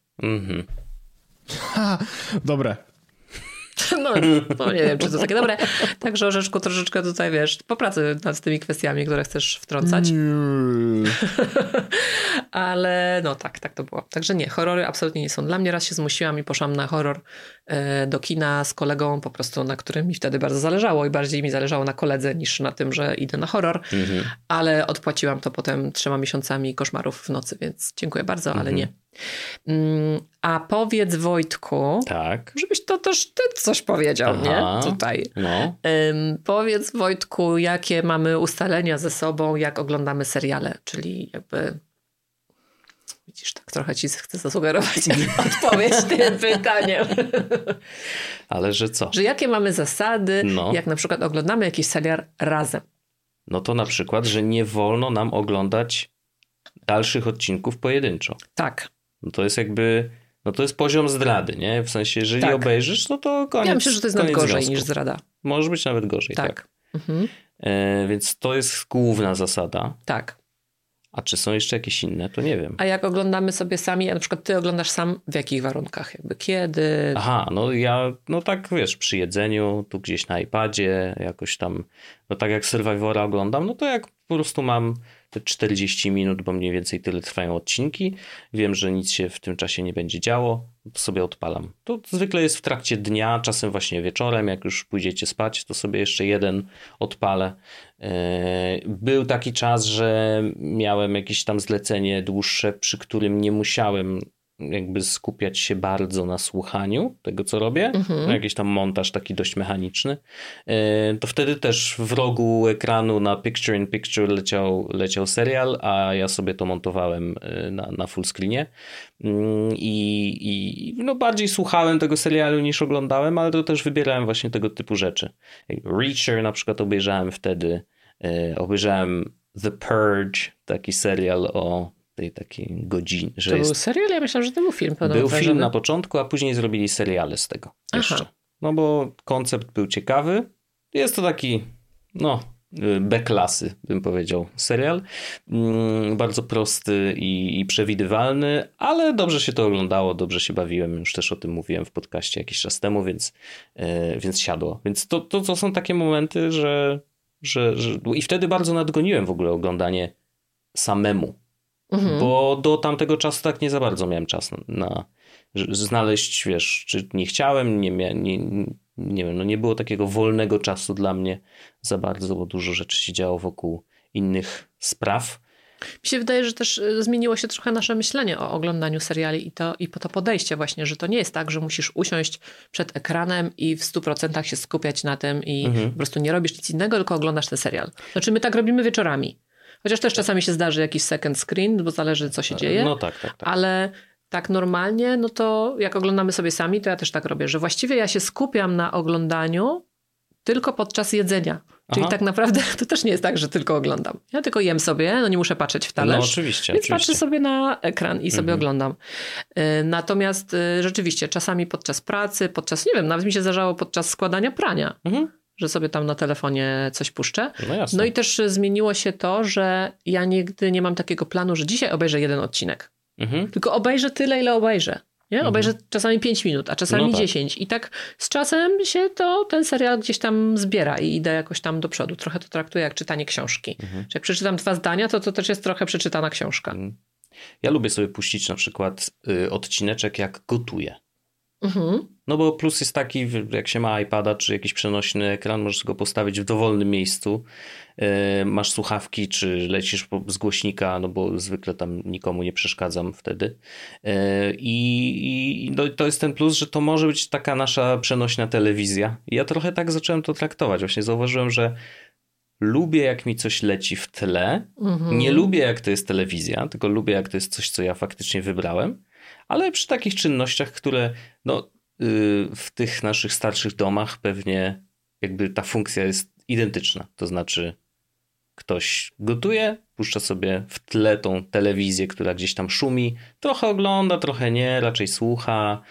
Speaker 1: Dobre.
Speaker 3: No nie wiem, czy to takie dobre. Także Orzeszku, troszeczkę tutaj, wiesz, popracuj nad tymi kwestiami, które chcesz wtrącać. Ale no tak to było. Także nie, horrory absolutnie nie są dla mnie. Raz się zmusiłam i poszłam na horror do kina z kolegą, po prostu na którym mi wtedy bardzo zależało i bardziej mi zależało na koledze niż na tym, że idę na horror. Ale odpłaciłam to potem 3 miesiącami koszmarów w nocy, więc dziękuję bardzo, ale nie. A powiedz, Wojtku, żebyś to też ty coś powiedział, nie? Tutaj. No. Powiedz, Wojtku, jakie mamy ustalenia ze sobą, jak oglądamy seriale, czyli jakby... Widzisz, tak trochę ci chcę zasugerować odpowiedź tym pytaniem.
Speaker 2: Ale że co?
Speaker 3: Że jakie mamy zasady, jak na przykład oglądamy jakiś serial razem.
Speaker 2: No to na przykład, że nie wolno nam oglądać dalszych odcinków pojedynczo.
Speaker 3: Tak.
Speaker 2: No to jest jakby no to jest poziom zdrady, nie? W sensie, jeżeli obejrzysz, no to koniec.
Speaker 3: Ja myślę, że to jest nawet gorzej
Speaker 2: związku.
Speaker 3: niż zdrada.
Speaker 2: Może być nawet gorzej, tak.
Speaker 3: Mhm.
Speaker 2: Więc to jest główna zasada.
Speaker 3: Tak.
Speaker 2: A czy są jeszcze jakieś inne, to nie wiem.
Speaker 3: A jak oglądamy sobie sami, a na przykład ty oglądasz sam w jakich warunkach? Jakby kiedy?
Speaker 2: Aha, no ja, no tak wiesz, przy jedzeniu, tu gdzieś na iPadzie, jakoś tam, no tak jak Survivora oglądam, no to jak po prostu mam te 40 minut, bo mniej więcej tyle trwają odcinki, wiem, że nic się w tym czasie nie będzie działo, to sobie odpalam. To zwykle jest w trakcie dnia, czasem właśnie wieczorem, jak już pójdziecie spać, to sobie jeszcze jeden odpalę. Był taki czas, że miałem jakieś tam zlecenie dłuższe, przy którym nie musiałem jakby skupiać się bardzo na słuchaniu tego, co robię. Jakiś tam montaż taki dość mechaniczny. To wtedy też w rogu ekranu na Picture in Picture leciał serial, a ja sobie to montowałem na full screenie. I no bardziej słuchałem tego serialu niż oglądałem, ale to też wybierałem właśnie tego typu rzeczy. Reacher na przykład obejrzałem wtedy. Obejrzałem The Purge, taki serial o tej takiej godzinie.
Speaker 3: To był serial? Ja myślałem, że to był film.
Speaker 2: Był film na początku, a później zrobili seriale z tego jeszcze. No bo koncept był ciekawy. Jest to taki, no, B-klasy, bym powiedział, serial. Bardzo prosty i przewidywalny, ale dobrze się to oglądało, dobrze się bawiłem. Już też o tym mówiłem w podcaście jakiś czas temu, więc siadło. Więc to są takie momenty, że i wtedy bardzo nadgoniłem w ogóle oglądanie samemu. Bo do tamtego czasu tak nie za bardzo miałem czas na znaleźć, wiesz, czy nie chciałem, nie wiem, no nie było takiego wolnego czasu dla mnie za bardzo, bo dużo rzeczy się działo wokół innych spraw.
Speaker 3: Mi się wydaje, że też zmieniło się trochę nasze myślenie o oglądaniu seriali i to podejście właśnie, że to nie jest tak, że musisz usiąść przed ekranem i w 100% się skupiać na tym i po prostu nie robisz nic innego, tylko oglądasz ten serial. Znaczy my tak robimy wieczorami. Chociaż też czasami się zdarzy jakiś second screen, bo zależy co się dzieje.
Speaker 2: No tak.
Speaker 3: Ale tak normalnie, no to jak oglądamy sobie sami, to ja też tak robię, że właściwie ja się skupiam na oglądaniu tylko podczas jedzenia. Czyli tak naprawdę to też nie jest tak, że tylko oglądam. Ja tylko jem sobie, no nie muszę patrzeć w talerz.
Speaker 2: No oczywiście.
Speaker 3: Więc patrzę sobie na ekran i sobie oglądam. Natomiast rzeczywiście czasami podczas pracy, nie wiem, nawet mi się zdarzało podczas składania prania. Że sobie tam na telefonie coś puszczę.
Speaker 2: No jasne.
Speaker 3: No i też zmieniło się to, że ja nigdy nie mam takiego planu, że dzisiaj obejrzę jeden odcinek. Tylko obejrzę tyle, ile obejrzę. Nie? Obejrzę czasami 5 minut, a czasami 10. I tak z czasem się ten serial gdzieś tam zbiera i idę jakoś tam do przodu. Trochę to traktuję jak czytanie książki. Że jak przeczytam 2 zdania, to też jest trochę przeczytana książka.
Speaker 2: Ja lubię sobie puścić na przykład odcineczek, jak gotuję. No bo plus jest taki, jak się ma iPada czy jakiś przenośny ekran, możesz go postawić w dowolnym miejscu. Masz słuchawki, czy lecisz z głośnika, no bo zwykle tam nikomu nie przeszkadzam wtedy. I to jest ten plus, że to może być taka nasza przenośna telewizja. I ja trochę tak zacząłem to traktować. Właśnie zauważyłem, że lubię, jak mi coś leci w tle. Nie lubię, jak to jest telewizja, tylko lubię, jak to jest coś, co ja faktycznie wybrałem. Ale przy takich czynnościach, które w tych naszych starszych domach pewnie jakby ta funkcja jest identyczna. To znaczy ktoś gotuje, puszcza sobie w tle tą telewizję, która gdzieś tam szumi, trochę ogląda, trochę nie, raczej słucha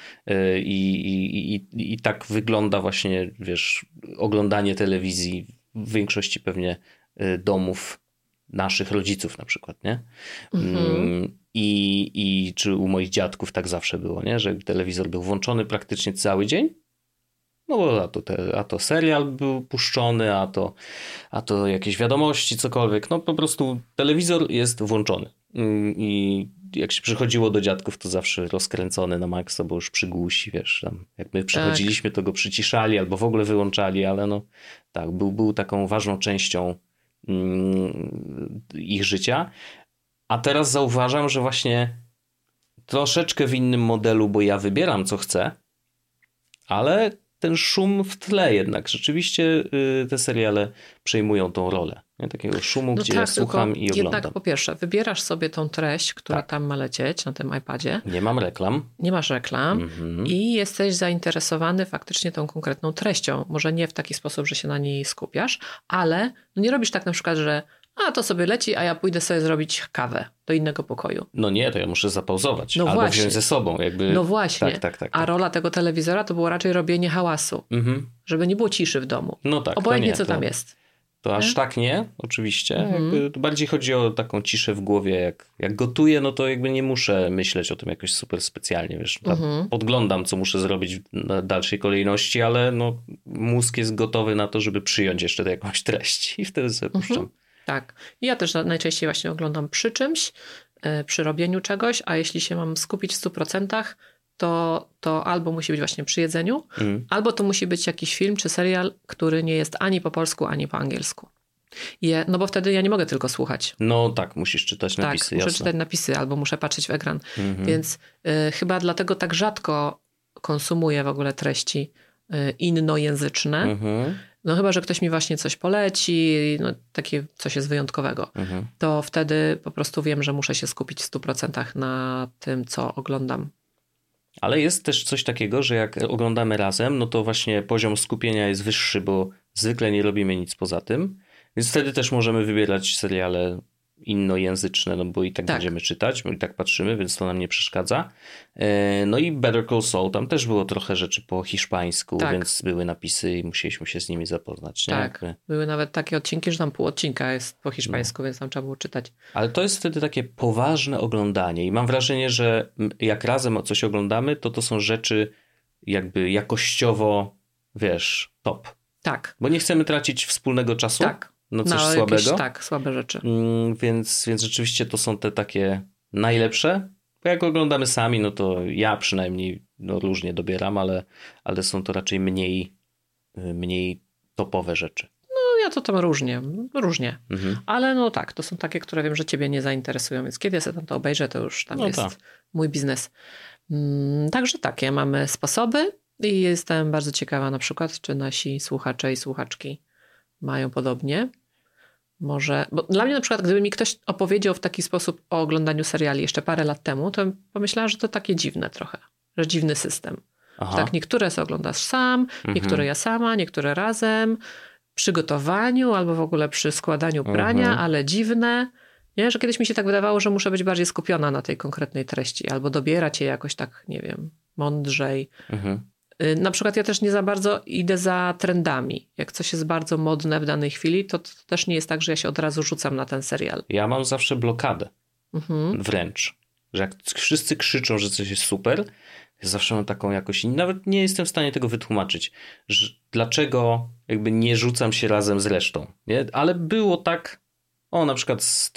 Speaker 2: i tak wygląda właśnie, wiesz, oglądanie telewizji w większości pewnie domów naszych rodziców na przykład, nie? I czy u moich dziadków tak zawsze było, nie? Że telewizor był włączony praktycznie cały dzień. No bo a to serial był puszczony, a to jakieś wiadomości, cokolwiek. No po prostu telewizor jest włączony. I jak się przychodziło do dziadków, to zawsze rozkręcony na maksa, bo już przygłusi, wiesz, tam jak my przychodziliśmy, to go przyciszali albo w ogóle wyłączali, ale no tak, był taką ważną częścią ich życia. A teraz zauważam, że właśnie troszeczkę w innym modelu, bo ja wybieram, co chcę, ale ten szum w tle jednak. Rzeczywiście te seriale przejmują tą rolę. Nie? Takiego szumu, gdzie ja słucham i oglądam.
Speaker 3: Jednak po pierwsze, wybierasz sobie tą treść, która tam ma lecieć na tym iPadzie.
Speaker 2: Nie mam reklam.
Speaker 3: Nie masz reklam i jesteś zainteresowany faktycznie tą konkretną treścią. Może nie w taki sposób, że się na niej skupiasz, ale no nie robisz tak na przykład, że a to sobie leci, a ja pójdę sobie zrobić kawę do innego pokoju.
Speaker 2: No nie, to ja muszę zapauzować.
Speaker 3: No
Speaker 2: albo
Speaker 3: właśnie.
Speaker 2: wziąć ze sobą. Jakby...
Speaker 3: No właśnie.
Speaker 2: Tak.
Speaker 3: A rola tego telewizora to było raczej robienie hałasu. Żeby nie było ciszy w domu.
Speaker 2: No tak.
Speaker 3: Obojętnie co tam jest.
Speaker 2: To aż tak nie, oczywiście. Jakby bardziej chodzi o taką ciszę w głowie. Jak gotuję, no to jakby nie muszę myśleć o tym jakoś super specjalnie. Wiesz, podglądam, co muszę zrobić na dalszej kolejności, ale no, mózg jest gotowy na to, żeby przyjąć jeszcze jakąś treść i wtedy sobie puszczam.
Speaker 3: Tak. Ja też najczęściej właśnie oglądam przy czymś, przy robieniu czegoś, a jeśli się mam skupić w 100%, to albo musi być właśnie przy jedzeniu, albo to musi być jakiś film czy serial, który nie jest ani po polsku, ani po angielsku. No bo wtedy ja nie mogę tylko słuchać.
Speaker 2: No tak, musisz czytać napisy.
Speaker 3: Tak, muszę czytać napisy albo muszę patrzeć w ekran. Więc chyba dlatego tak rzadko konsumuję w ogóle treści innojęzyczne. No chyba, że ktoś mi właśnie coś poleci, no takie coś jest wyjątkowego. To wtedy po prostu wiem, że muszę się skupić w 100% na tym, co oglądam.
Speaker 2: Ale jest też coś takiego, że jak oglądamy razem, no to właśnie poziom skupienia jest wyższy, bo zwykle nie robimy nic poza tym. Więc wtedy też możemy wybierać seriale innojęzyczne, no bo i tak będziemy czytać, bo i tak patrzymy, więc to nam nie przeszkadza. No i Better Call Saul, tam też było trochę rzeczy po hiszpańsku, więc były napisy i musieliśmy się z nimi zapoznać. Nie?
Speaker 3: Tak, były nawet takie odcinki, że tam pół odcinka jest po hiszpańsku, więc tam trzeba było czytać.
Speaker 2: Ale to jest wtedy takie poważne oglądanie i mam wrażenie, że jak razem coś oglądamy, to są rzeczy jakby jakościowo, wiesz, top.
Speaker 3: Tak.
Speaker 2: Bo nie chcemy tracić wspólnego czasu.
Speaker 3: Tak.
Speaker 2: No coś słabego.
Speaker 3: Tak, słabe rzeczy.
Speaker 2: Więc rzeczywiście to są te takie najlepsze. Bo jak oglądamy sami, no to ja przynajmniej różnie dobieram, ale są to raczej mniej topowe rzeczy.
Speaker 3: No ja to tam różnie. Ale no tak, to są takie, które wiem, że ciebie nie zainteresują, więc kiedy ja sobie tam to obejrzę, to już tam jest mój biznes. Także takie mamy sposoby i jestem bardzo ciekawa na przykład, czy nasi słuchacze i słuchaczki mają podobnie. Może, bo dla mnie na przykład, gdyby mi ktoś opowiedział w taki sposób o oglądaniu seriali jeszcze parę lat temu, to pomyślałam, że to takie dziwne trochę, że dziwny system. Że tak, niektóre sobie oglądasz sam, niektóre ja sama, niektóre razem, przy gotowaniu albo w ogóle przy składaniu prania, ale dziwne. Nie? Że kiedyś mi się tak wydawało, że muszę być bardziej skupiona na tej konkretnej treści albo dobierać je jakoś tak, nie wiem, mądrzej. Na przykład ja też nie za bardzo idę za trendami. Jak coś jest bardzo modne w danej chwili, to też nie jest tak, że ja się od razu rzucam na ten serial.
Speaker 2: Ja mam zawsze blokadę. Wręcz. Że jak wszyscy krzyczą, że coś jest super, ja zawsze mam taką jakość i nawet nie jestem w stanie tego wytłumaczyć. Że dlaczego jakby nie rzucam się razem z resztą. Nie? Ale było tak, na przykład z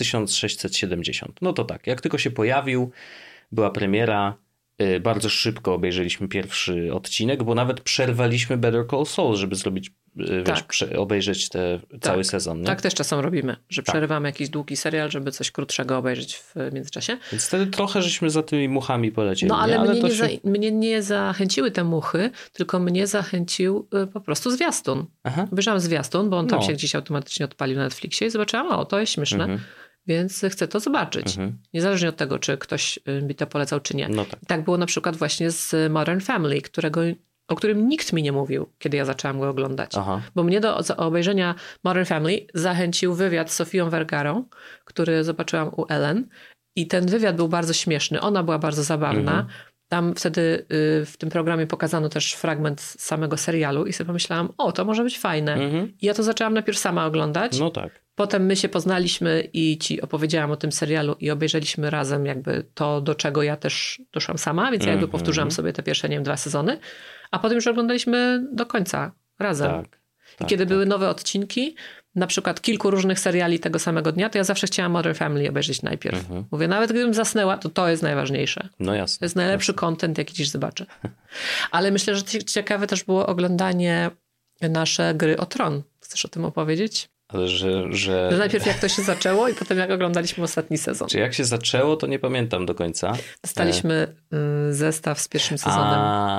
Speaker 2: 1670. No to tak, jak tylko się pojawił, była premiera, bardzo szybko obejrzeliśmy pierwszy odcinek, bo nawet przerwaliśmy Better Call Saul, żeby zrobić, obejrzeć cały sezon. Nie?
Speaker 3: Tak też czasem robimy, że przerywamy jakiś długi serial, żeby coś krótszego obejrzeć w międzyczasie.
Speaker 2: Więc wtedy trochę żeśmy za tymi muchami polecieli.
Speaker 3: No ale mnie nie zachęciły te muchy, tylko mnie zachęcił po prostu zwiastun. Obejrzałam zwiastun, bo on tam się gdzieś automatycznie odpalił na Netflixie i zobaczyłam, to jest śmieszne. Więc chcę to zobaczyć. Niezależnie od tego, czy ktoś mi to polecał, czy nie.
Speaker 2: No tak.
Speaker 3: Tak było na przykład właśnie z Modern Family, o którym nikt mi nie mówił, kiedy ja zaczęłam go oglądać. Bo mnie do obejrzenia Modern Family zachęcił wywiad z Sofią Vergarą, który zobaczyłam u Ellen. I ten wywiad był bardzo śmieszny. Ona była bardzo zabawna. Tam wtedy w tym programie pokazano też fragment samego serialu i sobie pomyślałam, to może być fajne. I ja to zaczęłam najpierw sama oglądać.
Speaker 2: No tak.
Speaker 3: Potem my się poznaliśmy i ci opowiedziałam o tym serialu i obejrzeliśmy razem jakby to, do czego ja też doszłam sama, więc ja jakby powtórzyłam sobie te pierwsze, 2 sezony, a potem już oglądaliśmy do końca razem. I kiedy były nowe odcinki, na przykład kilku różnych seriali tego samego dnia, to ja zawsze chciałam Modern Family obejrzeć najpierw. Mówię, nawet gdybym zasnęła, to jest najważniejsze.
Speaker 2: No jasne.
Speaker 3: To jest najlepszy content, jaki dziś zobaczę. Ale myślę, że ciekawe też było oglądanie nasze Gry o Tron. Chcesz o tym opowiedzieć?
Speaker 2: Ale że
Speaker 3: najpierw jak to się zaczęło i potem jak oglądaliśmy ostatni sezon.
Speaker 2: Czy jak się zaczęło, to nie pamiętam do końca.
Speaker 3: Dostaliśmy zestaw z pierwszym sezonem.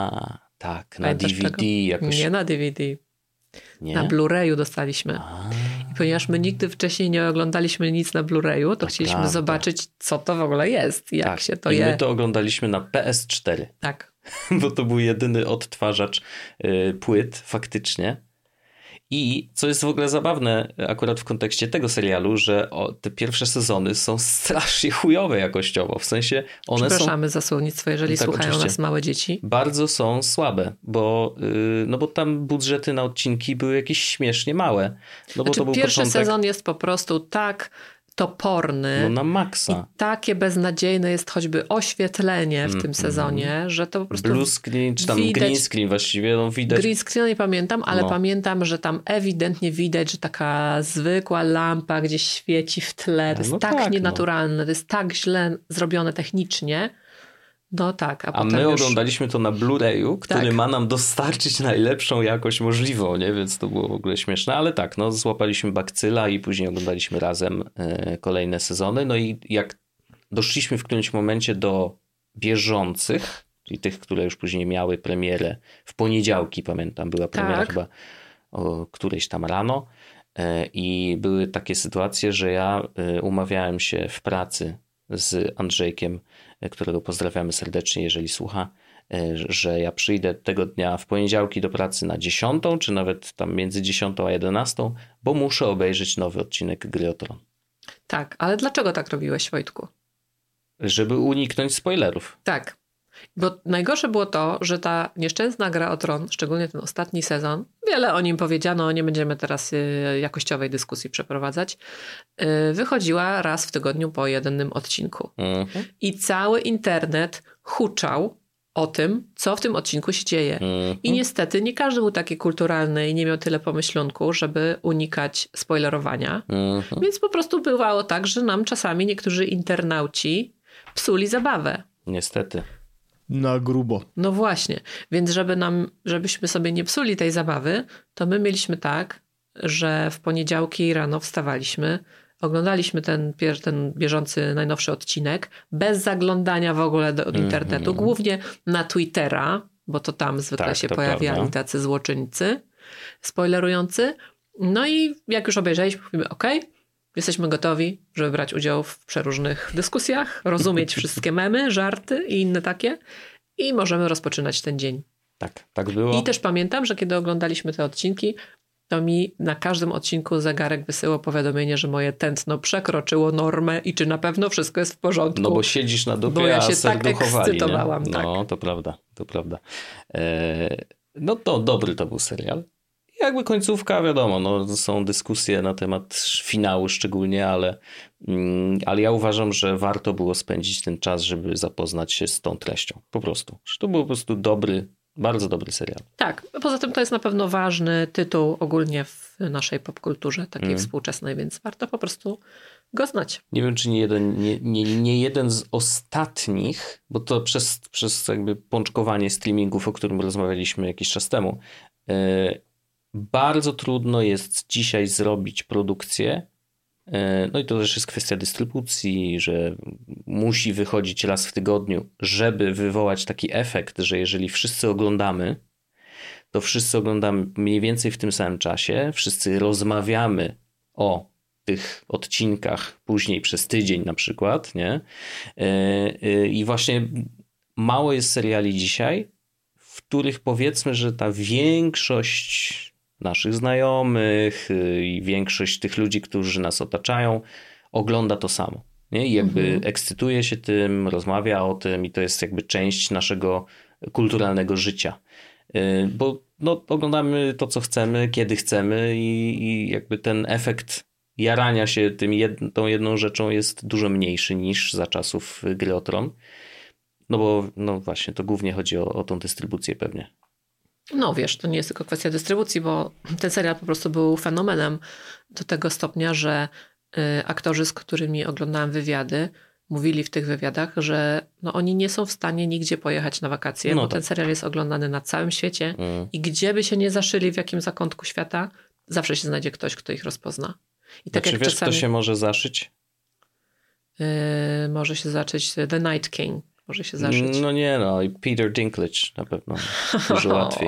Speaker 2: Tak, na DVD jakoś.
Speaker 3: Nie na DVD. Nie? Na Blu-rayu dostaliśmy. I ponieważ my nigdy wcześniej nie oglądaliśmy nic na Blu-rayu, to chcieliśmy zobaczyć, co to w ogóle jest, jak się to je.
Speaker 2: I my to oglądaliśmy na PS4.
Speaker 3: Tak.
Speaker 2: Bo to był jedyny odtwarzacz płyt faktycznie. I co jest w ogóle zabawne akurat w kontekście tego serialu, że te pierwsze sezony są strasznie chujowe jakościowo. W sensie one
Speaker 3: Przepraszamy za słownictwo, jeżeli słuchają
Speaker 2: oczywiście.
Speaker 3: nas małe dzieci.
Speaker 2: Bardzo są słabe, bo tam budżety na odcinki były jakieś śmiesznie małe. No bo to był
Speaker 3: pierwszy
Speaker 2: początek...
Speaker 3: sezon jest po prostu tak toporny.
Speaker 2: No na maksa.
Speaker 3: I takie beznadziejne jest choćby oświetlenie w tym sezonie, że to po prostu
Speaker 2: blue screen, czy tam green screen właściwie, no widać.
Speaker 3: Green screen nie pamiętam, ale pamiętam, że tam ewidentnie widać, że taka zwykła lampa gdzieś świeci w tle. To jest tak nienaturalne, to jest tak źle zrobione technicznie. No tak.
Speaker 2: A my oglądaliśmy to na Blu-rayu, który ma nam dostarczyć najlepszą jakość możliwą, nie? Więc to było w ogóle śmieszne, ale tak, no złapaliśmy bakcyla i później oglądaliśmy razem kolejne sezony. No i jak doszliśmy w którymś momencie do bieżących, czyli tych, które już później miały premierę w poniedziałki, pamiętam, była premiera chyba o którejś tam rano i były takie sytuacje, że ja umawiałem się w pracy z Andrzejkiem, którego pozdrawiamy serdecznie, jeżeli słucha, że ja przyjdę tego dnia w poniedziałki do pracy na 10, czy nawet tam między 10 a 11, bo muszę obejrzeć nowy odcinek Gry o Tron.
Speaker 3: Tak, ale dlaczego tak robiłeś, Wojtku?
Speaker 2: Żeby uniknąć spoilerów.
Speaker 3: Tak, bo najgorsze było to, że ta nieszczęsna Gra o Tron, szczególnie ten ostatni sezon, wiele o nim powiedziano, nie będziemy teraz jakościowej dyskusji przeprowadzać, wychodziła raz w tygodniu po jednym odcinku. I cały internet huczał o tym, co w tym odcinku się dzieje. I niestety nie każdy był taki kulturalny i nie miał tyle pomyślunku, żeby unikać spoilerowania. Więc po prostu bywało tak, że nam czasami niektórzy internauci psuli zabawę.
Speaker 2: Niestety.
Speaker 1: Na grubo.
Speaker 3: No właśnie. Więc żebyśmy sobie nie psuli tej zabawy, to my mieliśmy tak, że w poniedziałki rano wstawaliśmy, oglądaliśmy ten bieżący, najnowszy odcinek, bez zaglądania w ogóle do internetu, głównie na Twittera, bo to tam zwykle się pojawiali tacy złoczyńcy spoilerujący. No i jak już obejrzeliśmy, mówimy jesteśmy gotowi, żeby brać udział w przeróżnych dyskusjach, rozumieć wszystkie memy, żarty i inne takie i możemy rozpoczynać ten dzień.
Speaker 2: Tak było.
Speaker 3: I też pamiętam, że kiedy oglądaliśmy te odcinki, to mi na każdym odcinku zegarek wysyłał powiadomienie, że moje tętno przekroczyło normę i czy na pewno wszystko jest w porządku.
Speaker 2: No bo siedzisz na dupie,
Speaker 3: bo ja się
Speaker 2: serduchowali,
Speaker 3: tak ekscytowałam.
Speaker 2: Nie? No,
Speaker 3: tak.
Speaker 2: to prawda. No to dobry to był serial. Jakby końcówka, wiadomo, no, są dyskusje na temat finału szczególnie, ale ja uważam, że warto było spędzić ten czas, żeby zapoznać się z tą treścią. Po prostu. Że to był po prostu bardzo dobry serial.
Speaker 3: Tak, poza tym to jest na pewno ważny tytuł ogólnie w naszej popkulturze takiej współczesnej, więc warto po prostu go znać.
Speaker 2: Nie wiem, czy nie jeden z ostatnich, bo to przez jakby pączkowanie streamingów, o którym rozmawialiśmy jakiś czas temu, bardzo trudno jest dzisiaj zrobić produkcję. No i to też jest kwestia dystrybucji, że musi wychodzić raz w tygodniu, żeby wywołać taki efekt, że jeżeli wszyscy oglądamy, to wszyscy oglądamy mniej więcej w tym samym czasie, wszyscy rozmawiamy o tych odcinkach później przez tydzień na przykład, nie? I właśnie mało jest seriali dzisiaj, w których powiedzmy, że ta większość naszych znajomych i większość tych ludzi, którzy nas otaczają, ogląda to samo. Nie? I jakby ekscytuje się tym, rozmawia o tym i to jest jakby część naszego kulturalnego życia. Bo oglądamy to, co chcemy, kiedy chcemy i jakby ten efekt jarania się tą jedną rzeczą jest dużo mniejszy niż za czasów Gry o Tron. No bo właśnie, to głównie chodzi o tą dystrybucję pewnie.
Speaker 3: No wiesz, to nie jest tylko kwestia dystrybucji, bo ten serial po prostu był fenomenem do tego stopnia, że aktorzy, z którymi oglądałam wywiady, mówili w tych wywiadach, że oni nie są w stanie nigdzie pojechać na wakacje, bo ten serial jest oglądany na całym świecie i gdzie by się nie zaszyli, w jakim zakątku świata, zawsze się znajdzie ktoś, kto ich rozpozna. I tak jak
Speaker 2: wiesz,
Speaker 3: czasami...
Speaker 2: kto się może zaszyć?
Speaker 3: Może się zacząć The Night King. Może się zaszyć.
Speaker 2: I Peter Dinklage na pewno. Dużo łatwiej.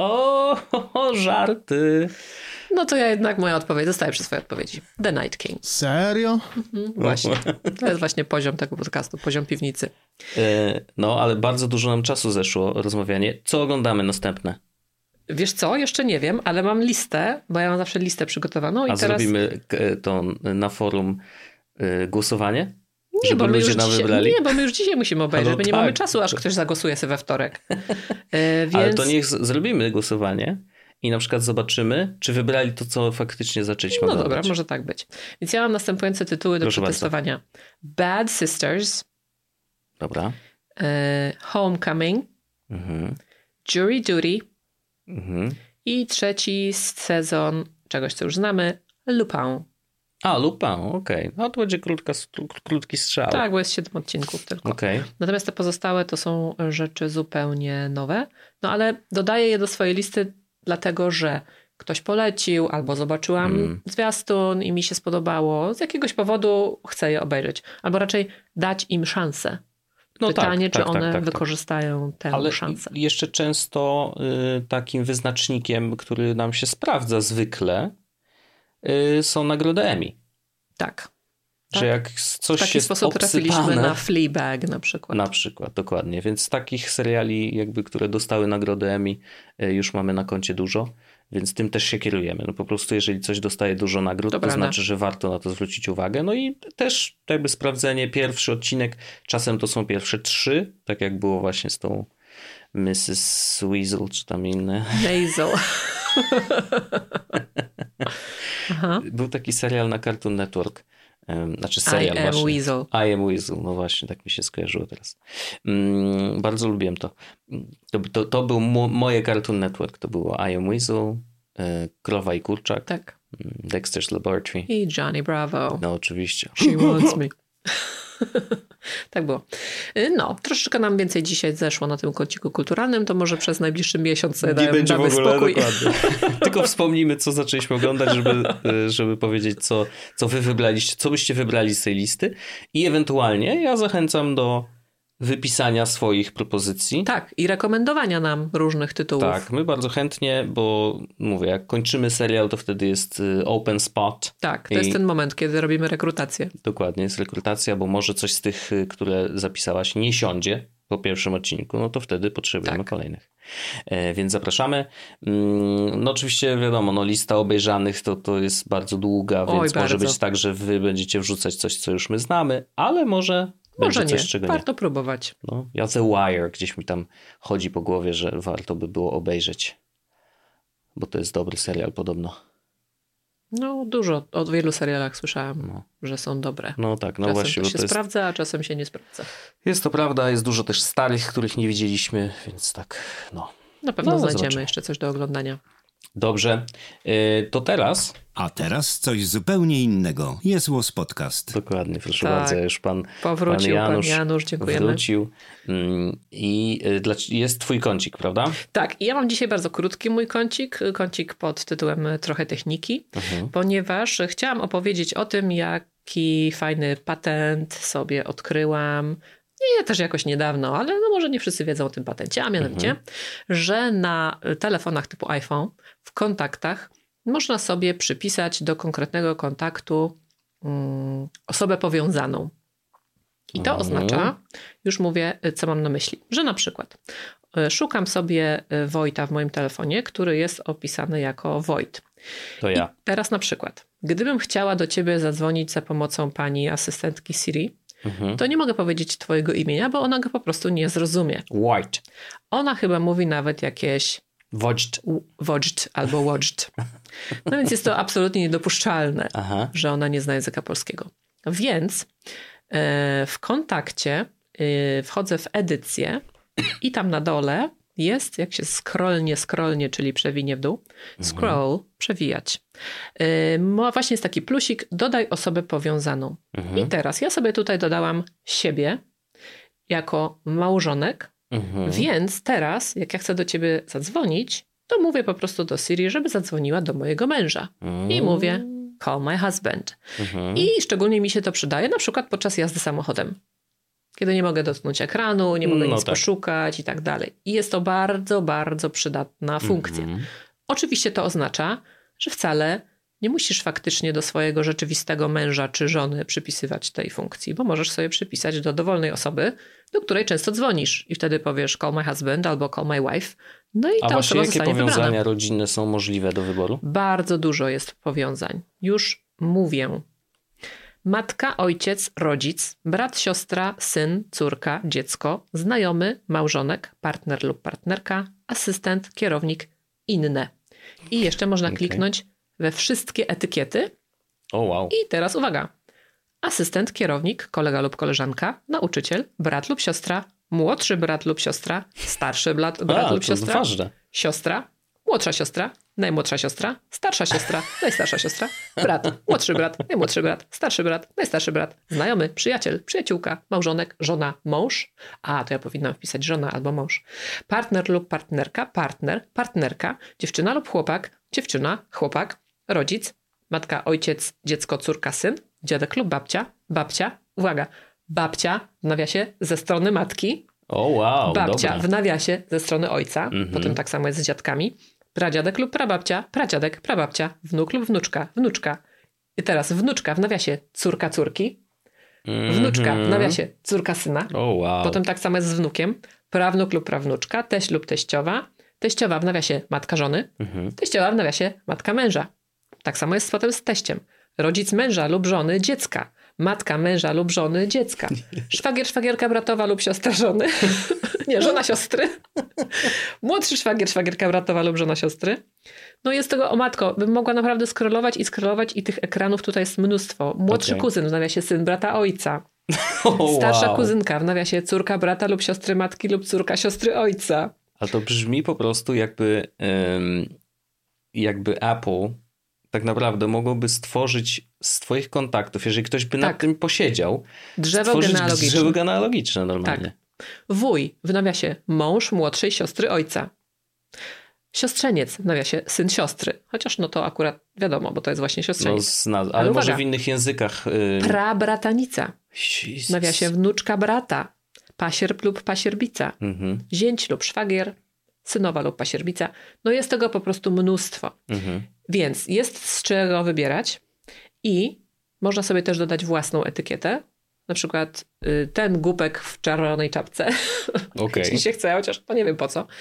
Speaker 2: Żarty.
Speaker 3: No to ja jednak moja odpowiedź, zostaję przy swojej odpowiedzi. The Night King.
Speaker 1: Serio?
Speaker 3: Właśnie. To jest właśnie poziom tego podcastu, poziom piwnicy.
Speaker 2: Ale bardzo dużo nam czasu zeszło rozmawianie. Co oglądamy następne?
Speaker 3: Wiesz co? Jeszcze nie wiem, ale mam listę, bo ja mam zawsze listę przygotowaną.
Speaker 2: A zrobimy to na forum głosowanie?
Speaker 3: Nie,
Speaker 2: żeby ludzie nam wybrali?
Speaker 3: Nie, bo my już dzisiaj musimy obejrzeć,
Speaker 2: No
Speaker 3: bo nie
Speaker 2: tak.
Speaker 3: mamy czasu, aż ktoś zagłosuje sobie we wtorek. Więc...
Speaker 2: Ale to niech zrobimy głosowanie i na przykład zobaczymy, czy wybrali to, co faktycznie zaczęliśmy oglądać.
Speaker 3: No dobra, może tak być. Więc ja mam następujące tytuły do przetestowania. Bad Sisters.
Speaker 2: Dobra.
Speaker 3: Homecoming. Jury Duty. I trzeci sezon czegoś, co już znamy, Lupin.
Speaker 2: Lupin, okej. No to będzie krótki strzał.
Speaker 3: Tak, bo jest 7 odcinków tylko.
Speaker 2: Okay.
Speaker 3: Natomiast te pozostałe to są rzeczy zupełnie nowe. No ale dodaję je do swojej listy dlatego, że ktoś polecił albo zobaczyłam zwiastun i mi się spodobało. Z jakiegoś powodu chcę je obejrzeć. Albo raczej dać im szansę. Pytanie, czy one wykorzystają tę szansę.
Speaker 2: Ale jeszcze często takim wyznacznikiem, który nam się sprawdza zwykle, są nagrody Emmy.
Speaker 3: Tak.
Speaker 2: Że jak coś
Speaker 3: w taki sposób trafiliśmy na Fleabag na przykład.
Speaker 2: Na przykład, dokładnie. Więc takich seriali, jakby, które dostały nagrody Emmy, już mamy na koncie dużo, więc tym też się kierujemy. No po prostu jeżeli coś dostaje dużo nagród, to znaczy, że warto na to zwrócić uwagę. No i też jakby sprawdzenie, pierwszy odcinek, czasem to są pierwsze 3, tak jak było właśnie z tą Mrs. Weasel, czy tam inne.
Speaker 3: Hazel.
Speaker 2: Był taki serial na Cartoon Network. Znaczy serial
Speaker 3: I am Weasel.
Speaker 2: I am Weasel, no właśnie, tak mi się skojarzyło teraz. Bardzo lubiłem to. To był moje Cartoon Network. To było I am Weasel, Krowa i Kurczak,
Speaker 3: tak.
Speaker 2: Dexter's Laboratory.
Speaker 3: I Johnny Bravo.
Speaker 2: No oczywiście.
Speaker 3: She wants me. Tak było. No, troszeczkę nam więcej dzisiaj zeszło na tym kąciku kulturalnym, to może przez najbliższy miesiąc sobie
Speaker 2: nie będzie w ogóle
Speaker 3: spokój.
Speaker 2: Dokładnie. Tylko wspomnimy, co zaczęliśmy oglądać, żeby powiedzieć, co wy wybraliście, co byście wybrali z tej listy i ewentualnie ja zachęcam do wypisania swoich propozycji.
Speaker 3: Tak, i rekomendowania nam różnych tytułów.
Speaker 2: Tak, my bardzo chętnie, bo mówię, jak kończymy serial, to wtedy jest open spot.
Speaker 3: Tak, to jest ten moment, kiedy robimy rekrutację.
Speaker 2: Dokładnie, jest rekrutacja, bo może coś z tych, które zapisałaś, nie siądzie po pierwszym odcinku, no to wtedy potrzebujemy kolejnych. Więc zapraszamy. No oczywiście wiadomo, no lista obejrzanych to jest bardzo długa, więc może być tak, że wy będziecie wrzucać coś, co już my znamy, ale może
Speaker 3: nie,
Speaker 2: coś, czego
Speaker 3: warto próbować.
Speaker 2: No, ja The Wire gdzieś mi tam chodzi po głowie, że warto by było obejrzeć, bo to jest dobry serial podobno.
Speaker 3: No dużo, o wielu serialach słyszałam, że są dobre.
Speaker 2: No tak, no
Speaker 3: czasem
Speaker 2: właśnie.
Speaker 3: To się sprawdza, a czasem się nie sprawdza.
Speaker 2: Jest to prawda, jest dużo też starych, których nie widzieliśmy, więc tak, no.
Speaker 3: Na pewno znajdziemy jeszcze coś do oglądania.
Speaker 2: Dobrze, to teraz...
Speaker 4: A teraz coś zupełnie innego. Jest Łos Podcast.
Speaker 2: Dokładnie, proszę bardzo. Już pan
Speaker 3: Janusz, dziękujemy.
Speaker 2: Wrócił i jest twój kącik, prawda?
Speaker 3: Tak, i ja mam dzisiaj bardzo krótki mój kącik pod tytułem Trochę techniki, ponieważ chciałam opowiedzieć o tym, jaki fajny patent sobie odkryłam. Nie, też jakoś niedawno, ale no może nie wszyscy wiedzą o tym patencie, a mianowicie, że na telefonach typu iPhone w kontaktach można sobie przypisać do konkretnego kontaktu osobę powiązaną. I to oznacza, już mówię, co mam na myśli, że na przykład szukam sobie Wojta w moim telefonie, który jest opisany jako Wojt.
Speaker 2: To ja.
Speaker 3: I teraz na przykład, gdybym chciała do ciebie zadzwonić za pomocą pani asystentki Siri, to nie mogę powiedzieć twojego imienia, bo ona go po prostu nie zrozumie.
Speaker 2: White.
Speaker 3: Ona chyba mówi nawet jakieś Wodged albo watched. No więc jest to absolutnie niedopuszczalne, że ona nie zna języka polskiego. Więc w kontakcie wchodzę w edycję i tam na dole jest, jak się scrollnie, czyli przewinie w dół, scroll, przewijać. Właśnie jest taki plusik, dodaj osobę powiązaną. I teraz ja sobie tutaj dodałam siebie jako małżonek, więc teraz, jak ja chcę do ciebie zadzwonić, to mówię po prostu do Siri, żeby zadzwoniła do mojego męża. I mówię call my husband. I szczególnie mi się to przydaje na przykład podczas jazdy samochodem. Kiedy nie mogę dotknąć ekranu, nie mogę nic poszukać i tak dalej. I jest to bardzo, bardzo przydatna funkcja. Oczywiście to oznacza, że wcale nie musisz faktycznie do swojego rzeczywistego męża czy żony przypisywać tej funkcji, bo możesz sobie przypisać do dowolnej osoby, do której często dzwonisz i wtedy powiesz call my husband albo call my wife No i
Speaker 2: A
Speaker 3: ta
Speaker 2: właśnie
Speaker 3: osoba
Speaker 2: jakie
Speaker 3: zostanie
Speaker 2: powiązania
Speaker 3: wybrana.
Speaker 2: rodzinne są możliwe do wyboru?
Speaker 3: Bardzo dużo jest powiązań. Już mówię. Matka, ojciec, rodzic, brat, siostra, syn, córka, dziecko, znajomy, małżonek, partner lub partnerka, asystent, kierownik, inne. I jeszcze można kliknąć we wszystkie etykiety.
Speaker 2: O wow.
Speaker 3: I teraz uwaga. Asystent, kierownik, kolega lub koleżanka, nauczyciel, brat lub siostra, młodszy brat lub siostra, starszy brat lub
Speaker 2: to
Speaker 3: siostra,
Speaker 2: ważne.
Speaker 3: siostra, młodsza siostra, najmłodsza siostra, starsza siostra, najstarsza siostra, brat, młodszy brat, najmłodszy brat, starszy brat, najstarszy brat, znajomy, przyjaciel, przyjaciółka, małżonek, żona, mąż. A, to ja powinnam wpisać żona albo mąż. Partner lub partnerka, partner, partnerka, dziewczyna lub chłopak, dziewczyna, chłopak, rodzic, matka, ojciec, dziecko, córka, syn, dziadek lub babcia, babcia, uwaga, babcia w nawiasie ze strony matki,
Speaker 2: O wow,
Speaker 3: babcia
Speaker 2: dobra.
Speaker 3: w nawiasie ze strony ojca, potem tak samo jest z dziadkami, pradziadek lub prababcia, pradziadek, prababcia, wnuk lub wnuczka, wnuczka. I teraz wnuczka w nawiasie córka córki, wnuczka w nawiasie córka syna,
Speaker 2: O wow.
Speaker 3: potem tak samo jest z wnukiem, prawnuk lub prawnuczka, teść lub teściowa, teściowa w nawiasie matka żony, teściowa w nawiasie matka męża. Tak samo jest potem z teściem. Rodzic męża lub żony dziecka. Matka męża lub żony dziecka. Szwagier, szwagierka bratowa lub siostra żony. Nie, żona siostry. Młodszy szwagier, szwagierka bratowa lub żona siostry. No jest tego, o matko, bym mogła naprawdę scrollować i tych ekranów tutaj jest mnóstwo. Młodszy kuzyn w nawiasie syn brata ojca. Starsza kuzynka w nawiasie córka brata lub siostry matki lub córka siostry ojca.
Speaker 2: Ale to brzmi po prostu jakby Apple tak naprawdę mogłoby stworzyć z twoich kontaktów, jeżeli ktoś by nad tym posiedział,
Speaker 3: Drzewo
Speaker 2: stworzyć
Speaker 3: genealogiczne.
Speaker 2: drzewo genealogiczne normalnie.
Speaker 3: Tak. Wuj w nawiasie mąż młodszej siostry ojca. Siostrzeniec w nawiasie syn siostry. Chociaż no to akurat wiadomo, bo to jest właśnie siostrzeniec.
Speaker 2: Ale
Speaker 3: Ale
Speaker 2: może
Speaker 3: uwaga.
Speaker 2: w innych językach.
Speaker 3: Prabratanica.
Speaker 2: Jezus.
Speaker 3: W nawiasie wnuczka brata. Pasierb lub pasierbica. Zięć lub szwagier. Synowa lub pasierbica. No jest tego po prostu mnóstwo. Więc jest z czego wybierać i można sobie też dodać własną etykietę. Na przykład ten głupek w czerwonej czapce. Jeśli się chce, chociaż to nie wiem po co.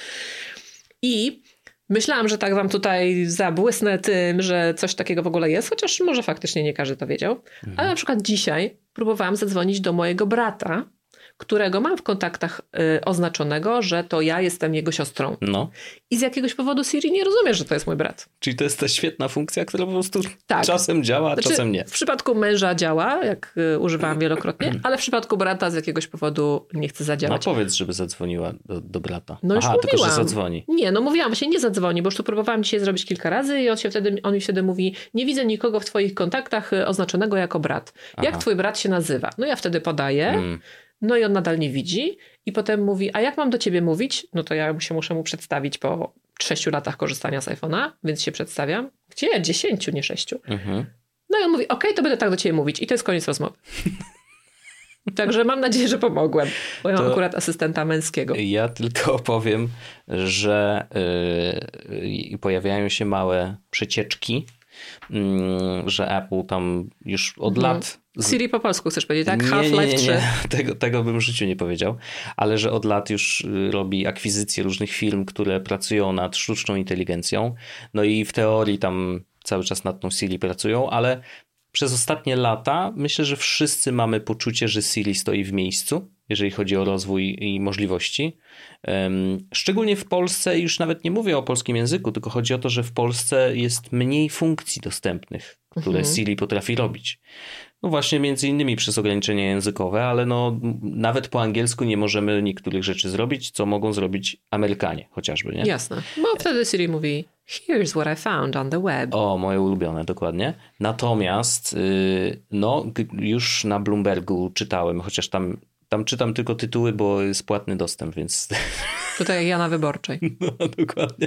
Speaker 3: I myślałam, że tak wam tutaj zabłysnę tym, że coś takiego w ogóle jest, chociaż może faktycznie nie każdy to wiedział. Ale na przykład dzisiaj próbowałam zadzwonić do mojego brata, którego mam w kontaktach oznaczonego, że to ja jestem jego siostrą.
Speaker 2: No.
Speaker 3: I z jakiegoś powodu Siri nie rozumie, że to jest mój brat.
Speaker 2: Czyli to jest ta świetna funkcja, która po prostu czasem działa, a czasem nie.
Speaker 3: W przypadku męża działa, jak używałam wielokrotnie, ale w przypadku brata z jakiegoś powodu nie chce zadziałać.
Speaker 2: No powiedz, żeby zadzwoniła do brata.
Speaker 3: No już mówiłam.
Speaker 2: tylko że zadzwoni.
Speaker 3: Nie, no mówiłam, właśnie nie zadzwoni, bo już to próbowałam dzisiaj zrobić kilka razy i on mi wtedy mówi, nie widzę nikogo w twoich kontaktach oznaczonego jako brat. Jak twój brat się nazywa? No ja wtedy podaję. No i on nadal nie widzi i potem mówi, a jak mam do ciebie mówić? No to ja muszę mu przedstawić po 6 latach korzystania z iPhone'a, więc się przedstawiam. Gdzie? 10, nie 6. No i on mówi, okej, to będę tak do ciebie mówić i to jest koniec rozmowy. Także mam nadzieję, że pomogłem, bo ja mam akurat asystenta męskiego.
Speaker 2: Ja tylko powiem, że pojawiają się małe przecieczki, że Apple tam już od lat...
Speaker 3: Siri po polsku chcesz powiedzieć, tak? Half-Life 3.
Speaker 2: Nie. Tego bym w życiu nie powiedział, ale że od lat już robi akwizycję różnych firm, które pracują nad sztuczną inteligencją. No i w teorii tam cały czas nad tą Siri pracują, ale przez ostatnie lata myślę, że wszyscy mamy poczucie, że Siri stoi w miejscu, jeżeli chodzi o rozwój i możliwości. Szczególnie w Polsce, już nawet nie mówię o polskim języku, tylko chodzi o to, że w Polsce jest mniej funkcji dostępnych, które Siri potrafi robić. No właśnie między innymi przez ograniczenia językowe, ale no nawet po angielsku nie możemy niektórych rzeczy zrobić, co mogą zrobić Amerykanie chociażby, nie?
Speaker 3: Jasne, bo wtedy Siri mówi here's what I found on the web.
Speaker 2: O, moje ulubione, dokładnie. Natomiast no już na Bloombergu czytałem, chociaż tam czytam tylko tytuły, bo jest płatny dostęp, więc...
Speaker 3: Tutaj jak ja na Wyborczej.
Speaker 2: No, dokładnie.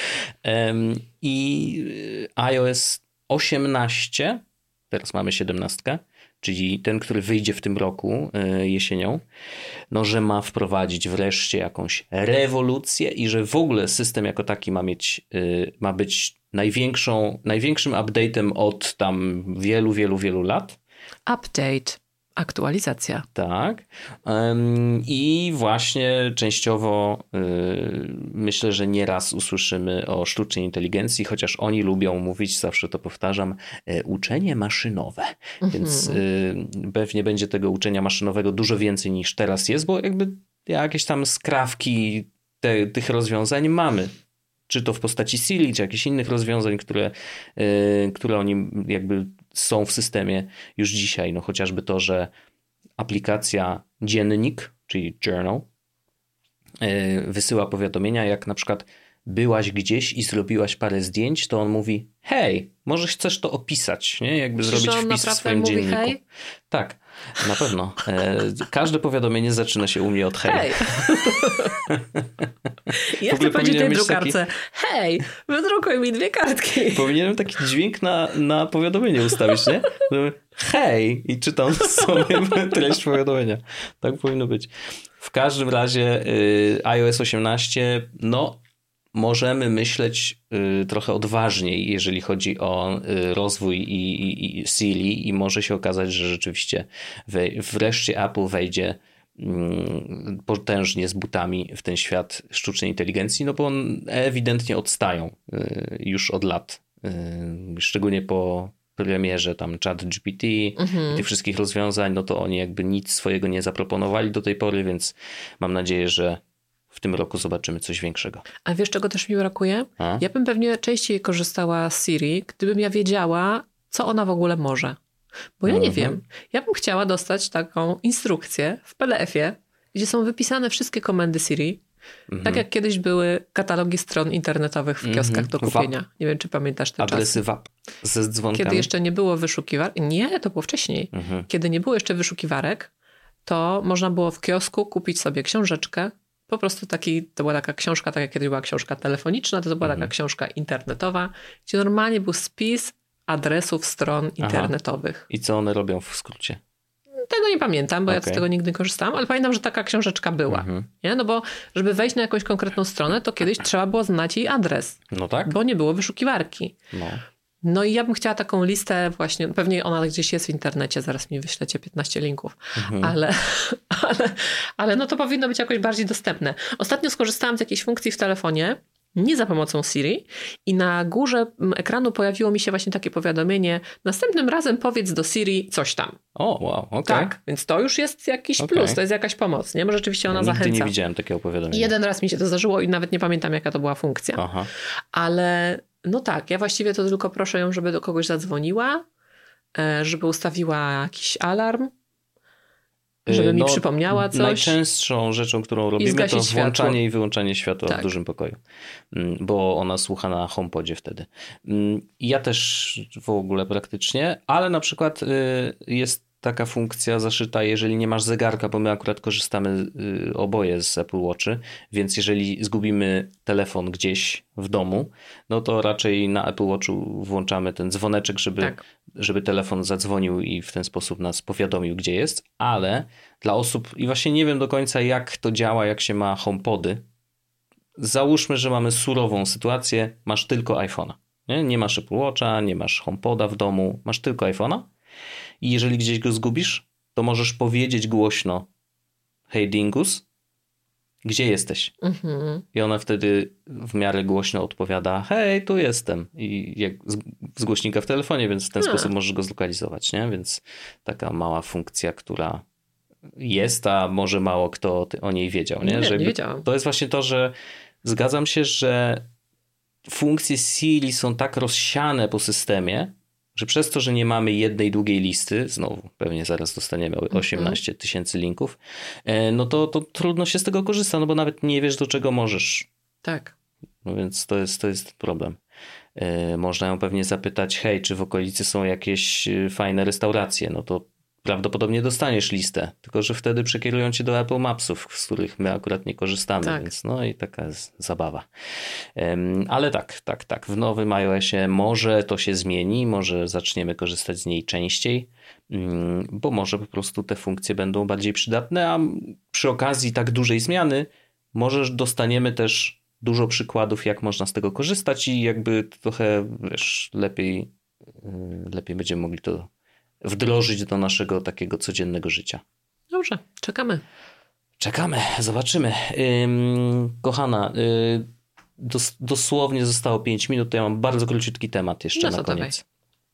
Speaker 2: I iOS 18, teraz mamy 17, czyli ten, który wyjdzie w tym roku jesienią, no, że ma wprowadzić wreszcie jakąś rewolucję i że w ogóle system jako taki ma być największym update'em od tam wielu lat.
Speaker 3: Update. Aktualizacja.
Speaker 2: Tak. I właśnie częściowo myślę, że nieraz usłyszymy o sztucznej inteligencji, chociaż oni lubią mówić, zawsze to powtarzam, uczenie maszynowe. Więc pewnie będzie tego uczenia maszynowego dużo więcej niż teraz jest, bo jakby jakieś tam skrawki tych rozwiązań mamy. Czy to w postaci Siri, czy jakichś innych rozwiązań, które oni jakby są w systemie już dzisiaj. No chociażby to, że aplikacja Dziennik, czyli Journal, wysyła powiadomienia, jak na przykład byłaś gdzieś i zrobiłaś parę zdjęć, to on mówi: hej, może chcesz to opisać, nie? Jakby zrobić wpis w swoim dzienniku. Hej? Tak, na pewno. Każde powiadomienie zaczyna się u mnie od hej.
Speaker 3: Ja chcę powiedzieć tej drukarce: hej, wydrukuj mi 2 kartki.
Speaker 2: Powinienem taki dźwięk na powiadomienie ustawić, nie? Hej! I czytam sobie treść powiadomienia. Tak powinno być. W każdym razie iOS 18, no możemy myśleć trochę odważniej, jeżeli chodzi o rozwój i Siri, i może się okazać, że rzeczywiście wreszcie Apple wejdzie potężnie z butami w ten świat sztucznej inteligencji, no bo ewidentnie odstają już od lat, szczególnie po premierze tam ChatGPT i tych wszystkich rozwiązań, no to oni jakby nic swojego nie zaproponowali do tej pory, więc mam nadzieję, że w tym roku zobaczymy coś większego.
Speaker 3: A wiesz, czego też mi brakuje? Ja bym pewnie częściej korzystała z Siri, gdybym ja wiedziała, co ona w ogóle może. Bo ja nie wiem. Ja bym chciała dostać taką instrukcję w PDF-ie, gdzie są wypisane wszystkie komendy Siri, tak jak kiedyś były katalogi stron internetowych w kioskach do kupienia. WAP. Nie wiem, czy pamiętasz te czasy.
Speaker 2: Adresy WAP ze dzwonkami.
Speaker 3: Kiedy jeszcze nie było wyszukiwarek. Nie, to było wcześniej. Kiedy nie było jeszcze wyszukiwarek, to można było w kiosku kupić sobie książeczkę. Po prostu to była taka książka, tak jak kiedyś była książka telefoniczna, to była taka książka internetowa, gdzie normalnie był spis adresów stron internetowych.
Speaker 2: I co one robią w skrócie?
Speaker 3: Tego nie pamiętam, bo ja z tego nigdy nie korzystałam, ale pamiętam, że taka książeczka była. Nie? No bo żeby wejść na jakąś konkretną stronę, to kiedyś trzeba było znać jej adres.
Speaker 2: No tak.
Speaker 3: Bo nie było wyszukiwarki. No i ja bym chciała taką listę właśnie, pewnie ona gdzieś jest w internecie, zaraz mi wyślecie 15 linków, ale no to powinno być jakoś bardziej dostępne. Ostatnio skorzystałam z jakiejś funkcji w telefonie, nie za pomocą Siri, i na górze ekranu pojawiło mi się właśnie takie powiadomienie: następnym razem powiedz do Siri coś tam.
Speaker 2: O, wow, okej.
Speaker 3: Tak, więc to już jest jakiś plus, to jest jakaś pomoc, nie? Bo rzeczywiście ona zachęca.
Speaker 2: Nigdy nie widziałem takiego powiadomienia.
Speaker 3: Jeden raz mi się to zdarzyło i nawet nie pamiętam, jaka to była funkcja. Ale no tak, ja właściwie to tylko proszę ją, żeby do kogoś zadzwoniła, żeby ustawiła jakiś alarm, żeby mi przypomniała coś.
Speaker 2: Najczęstszą rzeczą, którą robimy, to włączanie i wyłączanie światła w dużym pokoju, bo ona słucha na HomePodzie wtedy. Ja też w ogóle praktycznie, ale na przykład jest taka funkcja zaszyta, jeżeli nie masz zegarka, bo my akurat korzystamy oboje z Apple Watchy, więc jeżeli zgubimy telefon gdzieś w domu, no to raczej na Apple Watchu włączamy ten dzwoneczek, żeby telefon zadzwonił i w ten sposób nas powiadomił, gdzie jest, ale dla osób, i właśnie nie wiem do końca, jak to działa, jak się ma HomePody. Załóżmy, że mamy surową sytuację, masz tylko iPhone'a. Nie masz Apple Watcha, nie masz HomePoda w domu, masz tylko iPhone'a. I jeżeli gdzieś go zgubisz, to możesz powiedzieć głośno: hej Dingus, gdzie jesteś? I ona wtedy w miarę głośno odpowiada: hej, tu jestem. I jak z głośnika w telefonie, więc w ten sposób możesz go zlokalizować, nie? Więc taka mała funkcja, która jest, a może mało kto o niej wiedział, nie?
Speaker 3: Nie wiedziałam.
Speaker 2: To jest właśnie to, że zgadzam się, że funkcje Siri są tak rozsiane po systemie, że przez to, że nie mamy jednej długiej listy, znowu pewnie zaraz dostaniemy 18 000 linków, no to trudno się z tego korzysta, no bo nawet nie wiesz, do czego możesz.
Speaker 3: Tak.
Speaker 2: No więc to jest problem. Można ją pewnie zapytać: hej, czy w okolicy są jakieś fajne restauracje? No to prawdopodobnie dostaniesz listę, tylko że wtedy przekierują cię do Apple Mapsów, z których my akurat nie korzystamy, więc no i taka jest zabawa. Ale tak, w nowym iOSie może to się zmieni, może zaczniemy korzystać z niej częściej, bo może po prostu te funkcje będą bardziej przydatne, a przy okazji tak dużej zmiany może dostaniemy też dużo przykładów, jak można z tego korzystać i jakby trochę, lepiej będziemy mogli to wdrożyć do naszego takiego codziennego życia.
Speaker 3: Dobrze, czekamy.
Speaker 2: Czekamy, zobaczymy. Kochana, dosłownie zostało 5 minut, to ja mam bardzo króciutki temat jeszcze na koniec.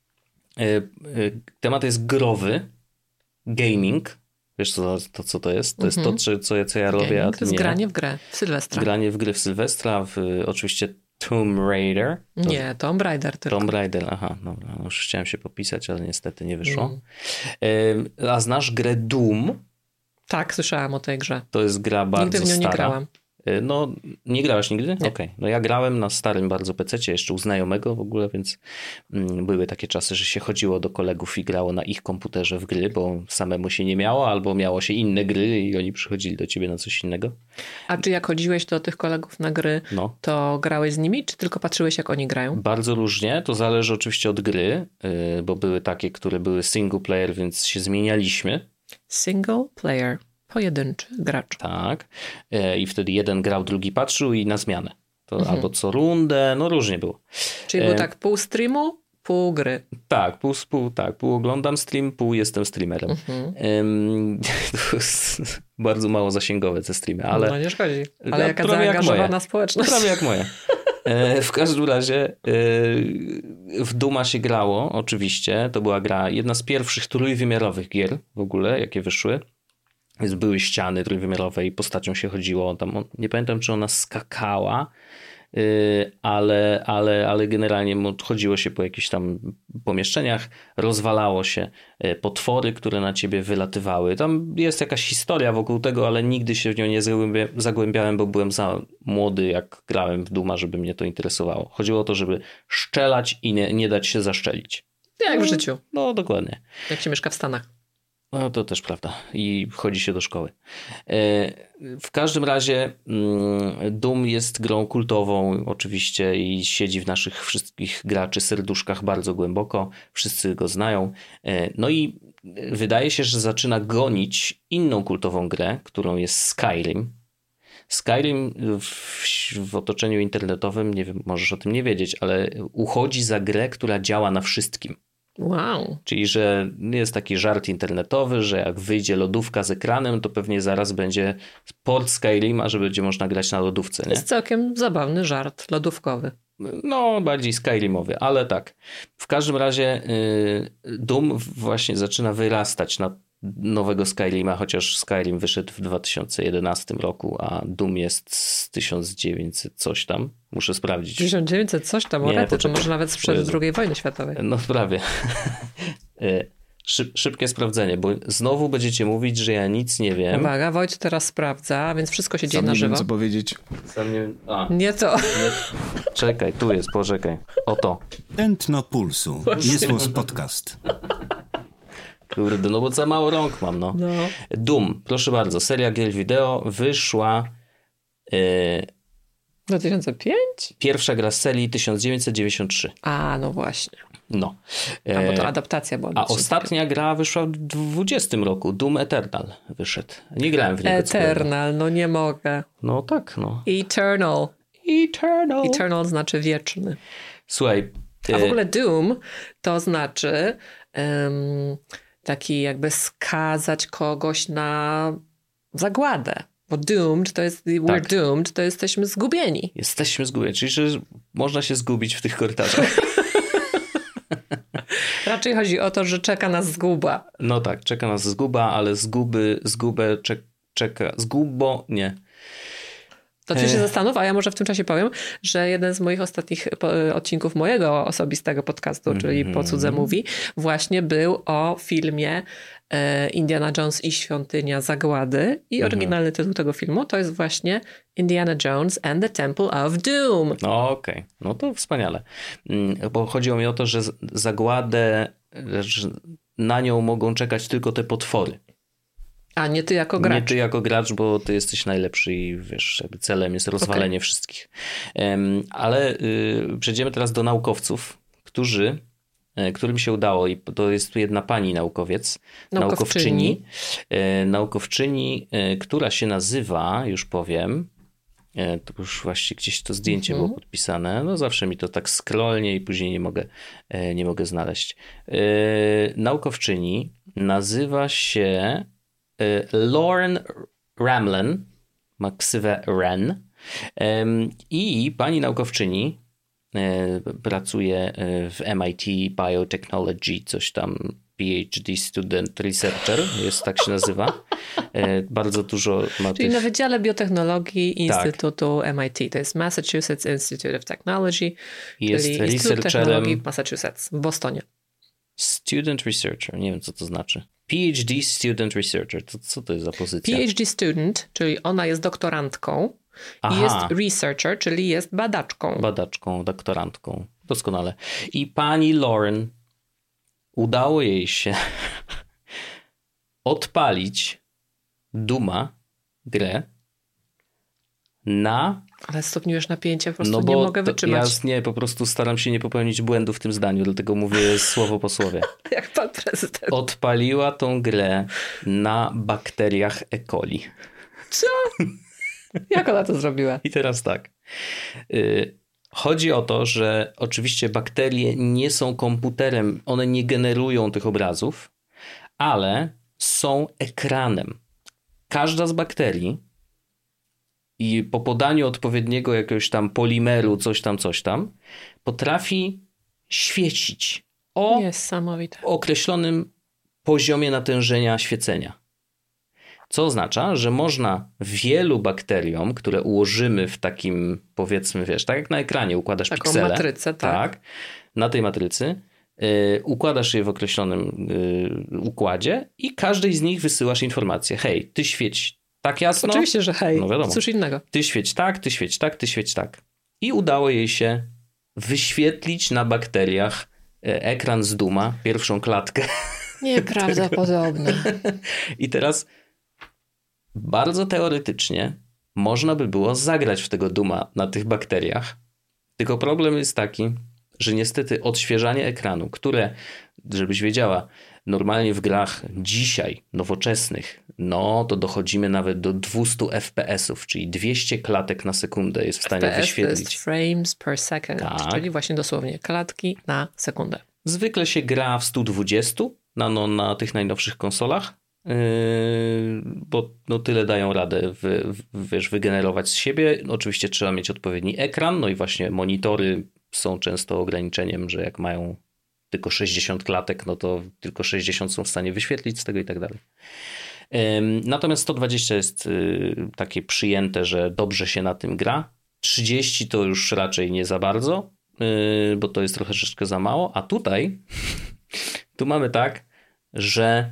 Speaker 2: Temat jest growy, gaming. Wiesz co to jest? To jest to, co ja robię, a ty
Speaker 3: to jest
Speaker 2: nie.
Speaker 3: Granie w grę w Sylwestra.
Speaker 2: Granie w gry w Sylwestra, oczywiście Tomb Raider.
Speaker 3: Nie, Tomb Raider tylko.
Speaker 2: Tomb Raider, aha. Dobra, już chciałem się popisać, ale niestety nie wyszło. A znasz grę Doom?
Speaker 3: Tak, słyszałam o tej grze.
Speaker 2: To jest gra bardzo
Speaker 3: Nigdy w nią
Speaker 2: stara.
Speaker 3: nie grałam.
Speaker 2: No, nie grałeś nigdy? Okej. No ja grałem na starym bardzo PC-cie, jeszcze u znajomego w ogóle, więc były takie czasy, że się chodziło do kolegów i grało na ich komputerze w gry, bo samemu się nie miało, albo miało się inne gry i oni przychodzili do ciebie na coś innego.
Speaker 3: A czy jak chodziłeś do tych kolegów na gry, to grałeś z nimi, czy tylko patrzyłeś, jak oni grają?
Speaker 2: Bardzo różnie, to zależy oczywiście od gry, bo były takie, które były single player, więc się zmienialiśmy.
Speaker 3: Single player. Pojedynczy gracz.
Speaker 2: Tak. I wtedy jeden grał, drugi patrzył i na zmianę. To albo co rundę, no różnie było.
Speaker 3: Czyli był tak pół streamu, pół gry.
Speaker 2: Tak, pół oglądam stream, pół jestem streamerem. Bardzo mało zasięgowe te streamy, ale...
Speaker 3: No nie szkodzi. Ale jaka zaangażowana społeczność.
Speaker 2: Prawie jak moja. W każdym razie w Dooma się grało, oczywiście. To była gra, jedna z pierwszych trójwymiarowych gier w ogóle, jakie wyszły. Więc były ściany trójwymiarowe i postacią się chodziło. Tam, nie pamiętam, czy ona skakała, ale generalnie chodziło się po jakichś tam pomieszczeniach, rozwalało się potwory, które na ciebie wylatywały. Tam jest jakaś historia wokół tego, ale nigdy się w nią nie zagłębiałem, bo byłem za młody, jak grałem w Dooma, żeby mnie to interesowało. Chodziło o to, żeby szczelać i nie dać się zaszczelić.
Speaker 3: Jak w życiu.
Speaker 2: No, dokładnie.
Speaker 3: Jak się mieszka w Stanach.
Speaker 2: No to też prawda. I chodzi się do szkoły. W każdym razie Doom jest grą kultową oczywiście i siedzi w naszych wszystkich graczy serduszkach bardzo głęboko. Wszyscy go znają. No i wydaje się, że zaczyna gonić inną kultową grę, którą jest Skyrim. Skyrim w otoczeniu internetowym, nie wiem, możesz o tym nie wiedzieć, ale uchodzi za grę, która działa na wszystkim.
Speaker 3: Wow.
Speaker 2: Czyli, że jest taki żart internetowy, że jak wyjdzie lodówka z ekranem, to pewnie zaraz będzie port Skyrima, że będzie można grać na lodówce.
Speaker 3: To jest całkiem zabawny żart lodówkowy.
Speaker 2: No, bardziej Skyrimowy, ale tak. W każdym razie Doom właśnie zaczyna wyrastać na nowego Skyrima, chociaż Skyrim wyszedł w 2011 roku, a Doom jest z 1900 coś tam. Muszę sprawdzić.
Speaker 3: 1900 coś tam, to może nawet sprzed II wojny światowej.
Speaker 2: No prawie. Szybkie sprawdzenie, bo znowu będziecie mówić, że ja nic nie wiem.
Speaker 3: Uwaga, Wojt teraz sprawdza, więc wszystko się dzieje na żywo.
Speaker 1: Nie wiem, co powiedzieć.
Speaker 3: Nie to.
Speaker 2: Czekaj, tu jest, poczekaj. Oto.
Speaker 4: Tętno Pulsu. Jest podcast.
Speaker 2: Kurde, no bo za mało rąk mam, no. Doom, proszę bardzo, seria gier wideo wyszła...
Speaker 3: 2005?
Speaker 2: Pierwsza gra z serii 1993.
Speaker 3: A, no właśnie.
Speaker 2: No.
Speaker 3: Bo to adaptacja była.
Speaker 2: A ostatnia gra wyszła w 2020 roku. Doom Eternal wyszedł. Nie grałem w niego.
Speaker 3: Eternal, no nie mogę.
Speaker 2: No tak, no.
Speaker 3: Eternal. Eternal znaczy wieczny.
Speaker 2: Słuchaj.
Speaker 3: A w ogóle Doom to znaczy taki jakby skazać kogoś na zagładę. Bo doomed to jest, we're doomed, to jesteśmy zgubieni.
Speaker 2: Jesteśmy zgubieni, czyli że można się zgubić w tych korytarzach.
Speaker 3: Raczej chodzi o to, że czeka nas zguba.
Speaker 2: No tak, czeka nas zguba, ale zgubę czeka, nie.
Speaker 3: To ty się zastanów, a ja może w tym czasie powiem, że jeden z moich ostatnich odcinków mojego osobistego podcastu, czyli Po Cudze Mówi, właśnie był o filmie Indiana Jones i Świątynia Zagłady i oryginalny tytuł tego filmu to jest właśnie Indiana Jones and the Temple of Doom.
Speaker 2: No okej, no to wspaniale. Bo chodziło mi o to, że zagładę, że na nią mogą czekać tylko te potwory.
Speaker 3: A nie ty jako gracz.
Speaker 2: Nie ty jako gracz, bo ty jesteś najlepszy i wiesz, jakby celem jest rozwalenie wszystkich. Ale przejdziemy teraz do naukowców, którym się udało i to jest tu jedna pani naukowczyni, która się nazywa, już powiem, To już właśnie gdzieś to zdjęcie było podpisane. No zawsze mi to tak scrollnie i później nie mogę znaleźć. Naukowczyni nazywa się Lauren Ramlin, ma ksywę Ren. I pani naukowczyni pracuje w MIT Biotechnology, coś tam PhD Student Researcher, tak się nazywa. Bardzo dużo ma
Speaker 3: Czyli na Wydziale Biotechnologii Instytutu MIT. To jest Massachusetts Institute of Technology,
Speaker 2: jest
Speaker 3: czyli Instytut Technologii w Massachusetts, w Bostonie.
Speaker 2: Student Researcher, nie wiem co to znaczy. PhD Student Researcher, to co to jest za pozycja?
Speaker 3: PhD Student, czyli ona jest doktorantką. I jest researcher, czyli jest badaczką.
Speaker 2: Badaczką, doktorantką. Doskonale. I pani Lauren udało jej się odpalić Duma, grę, na...
Speaker 3: Ale stopniujesz napięcie, po prostu nie mogę wytrzymać.
Speaker 2: Ja po prostu staram się nie popełnić błędu w tym zdaniu, dlatego mówię słowo po słowie.
Speaker 3: Jak pan prezydent.
Speaker 2: Odpaliła tą grę na bakteriach E. coli.
Speaker 3: Co? Jak ona to zrobiła?
Speaker 2: I teraz tak. Chodzi o to, że oczywiście bakterie nie są komputerem, one nie generują tych obrazów, ale są ekranem. Każda z bakterii i po podaniu odpowiedniego jakiegoś tam polimeru, coś tam, potrafi świecić o określonym poziomie natężenia świecenia. Co oznacza, że można wielu bakteriom, które ułożymy w takim, powiedzmy, tak jak na ekranie układasz
Speaker 3: taką
Speaker 2: piksele.
Speaker 3: Matrycę, tak.
Speaker 2: Na tej matrycy układasz je w określonym układzie i każdej z nich wysyłasz informację. Hej, ty świeć tak jasno.
Speaker 3: Oczywiście, że hej,
Speaker 2: no wiadomo.
Speaker 3: cóż innego.
Speaker 2: Ty świeć tak, ty świeć tak, ty świeć tak. I udało jej się wyświetlić na bakteriach ekran z Duma, pierwszą klatkę.
Speaker 3: Nieprawdopodobne.
Speaker 2: I teraz bardzo teoretycznie można by było zagrać w tego Duma na tych bakteriach. Tylko problem jest taki, że niestety odświeżanie ekranu, które, żebyś wiedziała, normalnie w grach dzisiaj, nowoczesnych, no to dochodzimy nawet do 200 FPS-ów, czyli 200 klatek na sekundę jest w stanie
Speaker 3: FPS
Speaker 2: wyświetlić.
Speaker 3: to jest frames per second, czyli właśnie dosłownie klatki na sekundę.
Speaker 2: Zwykle się gra w 120 na tych najnowszych konsolach, bo no tyle dają radę wygenerować z siebie. Oczywiście trzeba mieć odpowiedni ekran, no i właśnie monitory są często ograniczeniem, że jak mają tylko 60 klatek, no to tylko 60 są w stanie wyświetlić z tego i tak dalej. Natomiast 120 jest takie przyjęte, że dobrze się na tym gra. 30 to już raczej nie za bardzo, bo to jest troszeczkę za mało. A tutaj, tu mamy tak, że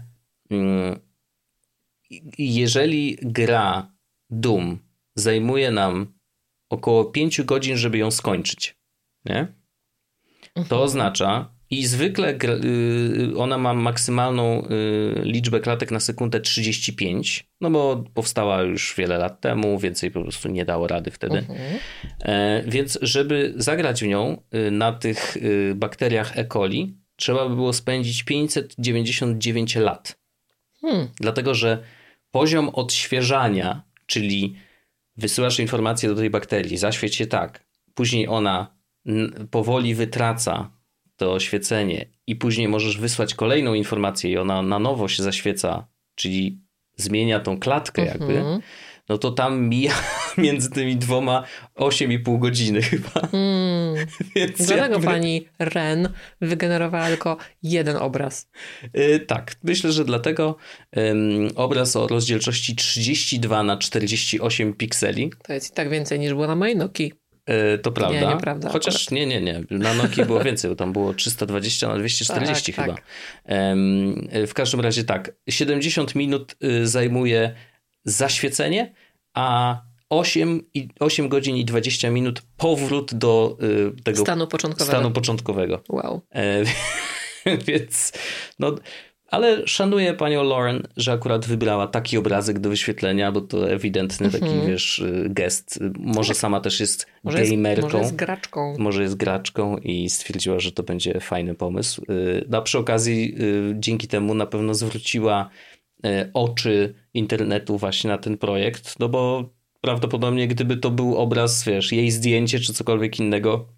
Speaker 2: jeżeli gra Doom zajmuje nam około 5 godzin, żeby ją skończyć, nie? To oznacza, i zwykle ona ma maksymalną liczbę klatek na sekundę 35, no bo powstała już wiele lat temu, więcej po prostu nie dało rady wtedy. Więc żeby zagrać w nią na tych bakteriach E. coli, trzeba by było spędzić 599 lat. Dlatego, że poziom odświeżania, czyli wysyłasz informację do tej bakterii, zaświeć się tak, później ona powoli wytraca to oświecenie i później możesz wysłać kolejną informację i ona na nowo się zaświeca, czyli zmienia tą klatkę jakby, no to tam mija między tymi dwoma 8,5 godziny chyba.
Speaker 3: Więc dlatego pani Ren wygenerowała tylko jeden obraz.
Speaker 2: Tak, myślę, że dlatego obraz o rozdzielczości 32x48 pikseli.
Speaker 3: To jest i tak więcej niż było na mojej Nokii.
Speaker 2: To prawda.
Speaker 3: Nie, nieprawda.
Speaker 2: Chociaż nie. Na Nokii było więcej, bo tam było 320x240 chyba.
Speaker 3: Tak.
Speaker 2: W każdym razie tak, 70 minut zajmuje zaświecenie, a 8 godzin i 20 minut powrót do tego stanu początkowego.
Speaker 3: Wow.
Speaker 2: Więc no, ale szanuję panią Lauren, że akurat wybrała taki obrazek do wyświetlenia, bo to ewidentny taki, gest. Może sama też jest gamerką. Może jest graczką i stwierdziła, że to będzie fajny pomysł. No, a przy okazji dzięki temu na pewno zwróciła oczy internetu właśnie na ten projekt, no bo prawdopodobnie gdyby to był obraz, wiesz, jej zdjęcie czy cokolwiek innego,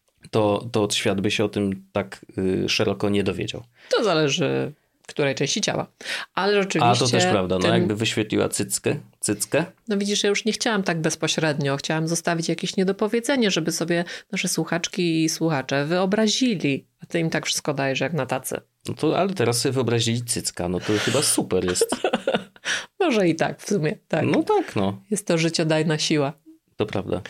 Speaker 2: to świat by się o tym tak szeroko nie dowiedział.
Speaker 3: To zależy, której części ciała. Ale rzeczywiście...
Speaker 2: A to też prawda, no jakby wyświetliła cyckę.
Speaker 3: No widzisz, ja już nie chciałam tak bezpośrednio. Chciałam zostawić jakieś niedopowiedzenie, żeby sobie nasze słuchaczki i słuchacze wyobrazili. A ty im tak wszystko dajesz jak na tacy.
Speaker 2: No to, ale teraz sobie wyobrazili cycka, no to chyba super jest.
Speaker 3: Może i tak w sumie, tak.
Speaker 2: No tak, no.
Speaker 3: Jest to życiodajna siła.
Speaker 2: To prawda.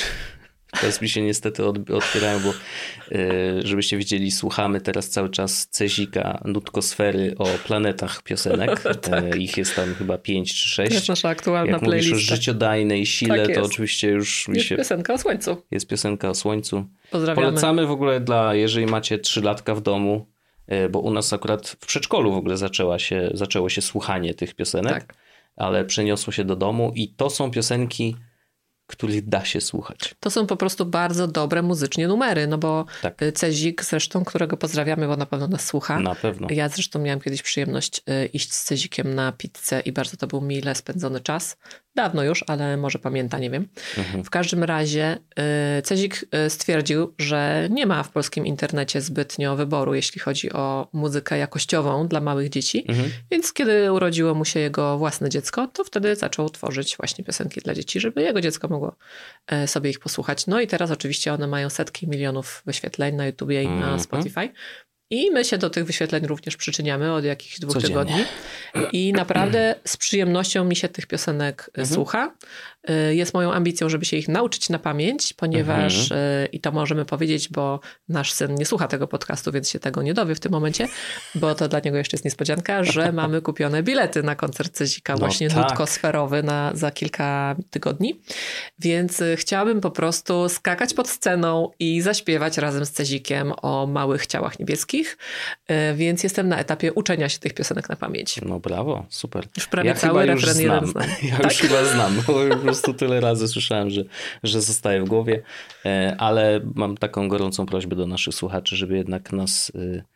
Speaker 2: Teraz mi się niestety otwierają, bo żebyście widzieli, słuchamy teraz cały czas Cezika, Nutkosfery o planetach piosenek. Tak. Ich jest tam chyba 5 czy 6.
Speaker 3: To jest nasza aktualna
Speaker 2: Jak
Speaker 3: playlista.
Speaker 2: mówisz o życiodajnej sile,
Speaker 3: tak
Speaker 2: to oczywiście już mi się...
Speaker 3: Jest piosenka o słońcu.
Speaker 2: Jest piosenka o słońcu.
Speaker 3: Pozdrawiamy.
Speaker 2: Polecamy w ogóle jeżeli macie 3-latka w domu, bo u nas akurat w przedszkolu w ogóle zaczęło się słuchanie tych piosenek, tak. Ale przeniosło się do domu i to są piosenki, których da się słuchać.
Speaker 3: To są po prostu bardzo dobre muzycznie numery, no bo tak. Cezik zresztą, którego pozdrawiamy, bo na pewno nas słucha.
Speaker 2: Na pewno.
Speaker 3: Ja zresztą miałam kiedyś przyjemność iść z Cezikiem na pizzę i bardzo to był mile spędzony czas. Dawno już, ale może pamięta, nie wiem. W każdym razie Cezik stwierdził, że nie ma w polskim internecie zbytnio wyboru, jeśli chodzi o muzykę jakościową dla małych dzieci. Więc kiedy urodziło mu się jego własne dziecko, to wtedy zaczął tworzyć właśnie piosenki dla dzieci, żeby jego dziecko mogło sobie ich posłuchać. No i teraz oczywiście one mają setki milionów wyświetleń na YouTubie i na Spotify. I my się do tych wyświetleń również przyczyniamy od jakichś 2 tygodni. I naprawdę z przyjemnością mi się tych piosenek słucha. Jest moją ambicją, żeby się ich nauczyć na pamięć, ponieważ, i to możemy powiedzieć, bo nasz syn nie słucha tego podcastu, więc się tego nie dowie w tym momencie, bo to dla niego jeszcze jest niespodzianka, że mamy kupione bilety na koncert Cezika, właśnie nutkosferowy za kilka tygodni. Więc chciałabym po prostu skakać pod sceną i zaśpiewać razem z Cezikiem o małych ciałach niebieskich, więc jestem na etapie uczenia się tych piosenek na pamięć.
Speaker 2: No brawo, super.
Speaker 3: Już prawie cały refren jeden znam.
Speaker 2: Ja już chyba znam, bo po prostu tyle razy słyszałem, że zostaje w głowie, ale mam taką gorącą prośbę do naszych słuchaczy, żeby jednak nas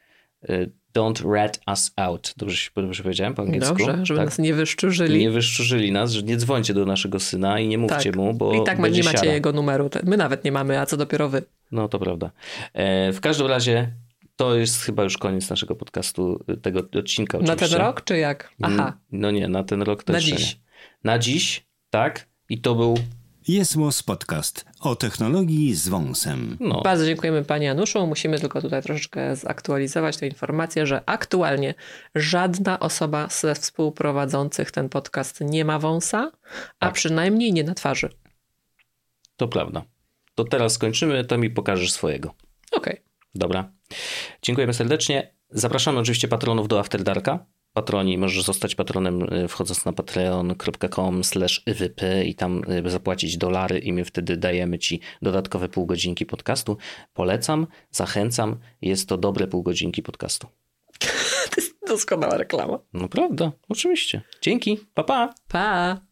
Speaker 2: don't rat us out. Dobrze powiedziałem po angielsku?
Speaker 3: Dobrze, żeby nas nie wyszczurzyli.
Speaker 2: Nie wyszczurzyli nas, że nie dzwońcie do naszego syna i nie mówcie mu, bo
Speaker 3: i tak nie macie jego numeru. My nawet nie mamy, a co dopiero wy.
Speaker 2: No to prawda. W każdym razie to jest chyba już koniec naszego podcastu, tego odcinka oczywiście.
Speaker 3: Na ten rok, czy jak? Aha.
Speaker 2: No nie, na ten rok to
Speaker 3: na
Speaker 2: jeszcze
Speaker 3: dziś.
Speaker 2: Nie. Na dziś, tak. I to był...
Speaker 4: Jest Podcast o technologii z wąsem.
Speaker 2: No.
Speaker 3: Bardzo dziękujemy Panie Januszu. Musimy tylko tutaj troszeczkę zaktualizować tę informację, że aktualnie żadna osoba ze współprowadzących ten podcast nie ma wąsa, a przynajmniej nie na twarzy.
Speaker 2: To prawda. To teraz skończymy, to mi pokażesz swojego.
Speaker 3: Okej.
Speaker 2: Dobra. Dziękujemy serdecznie. Zapraszamy oczywiście patronów do After Darka. Patroni, możesz zostać patronem wchodząc na patreon.com/iwyp i tam zapłacić $, i my wtedy dajemy ci dodatkowe półgodzinki podcastu. Polecam, zachęcam. Jest to dobre półgodzinki podcastu.
Speaker 3: To jest doskonała reklama.
Speaker 2: No prawda, oczywiście. Dzięki, pa pa.
Speaker 3: Pa.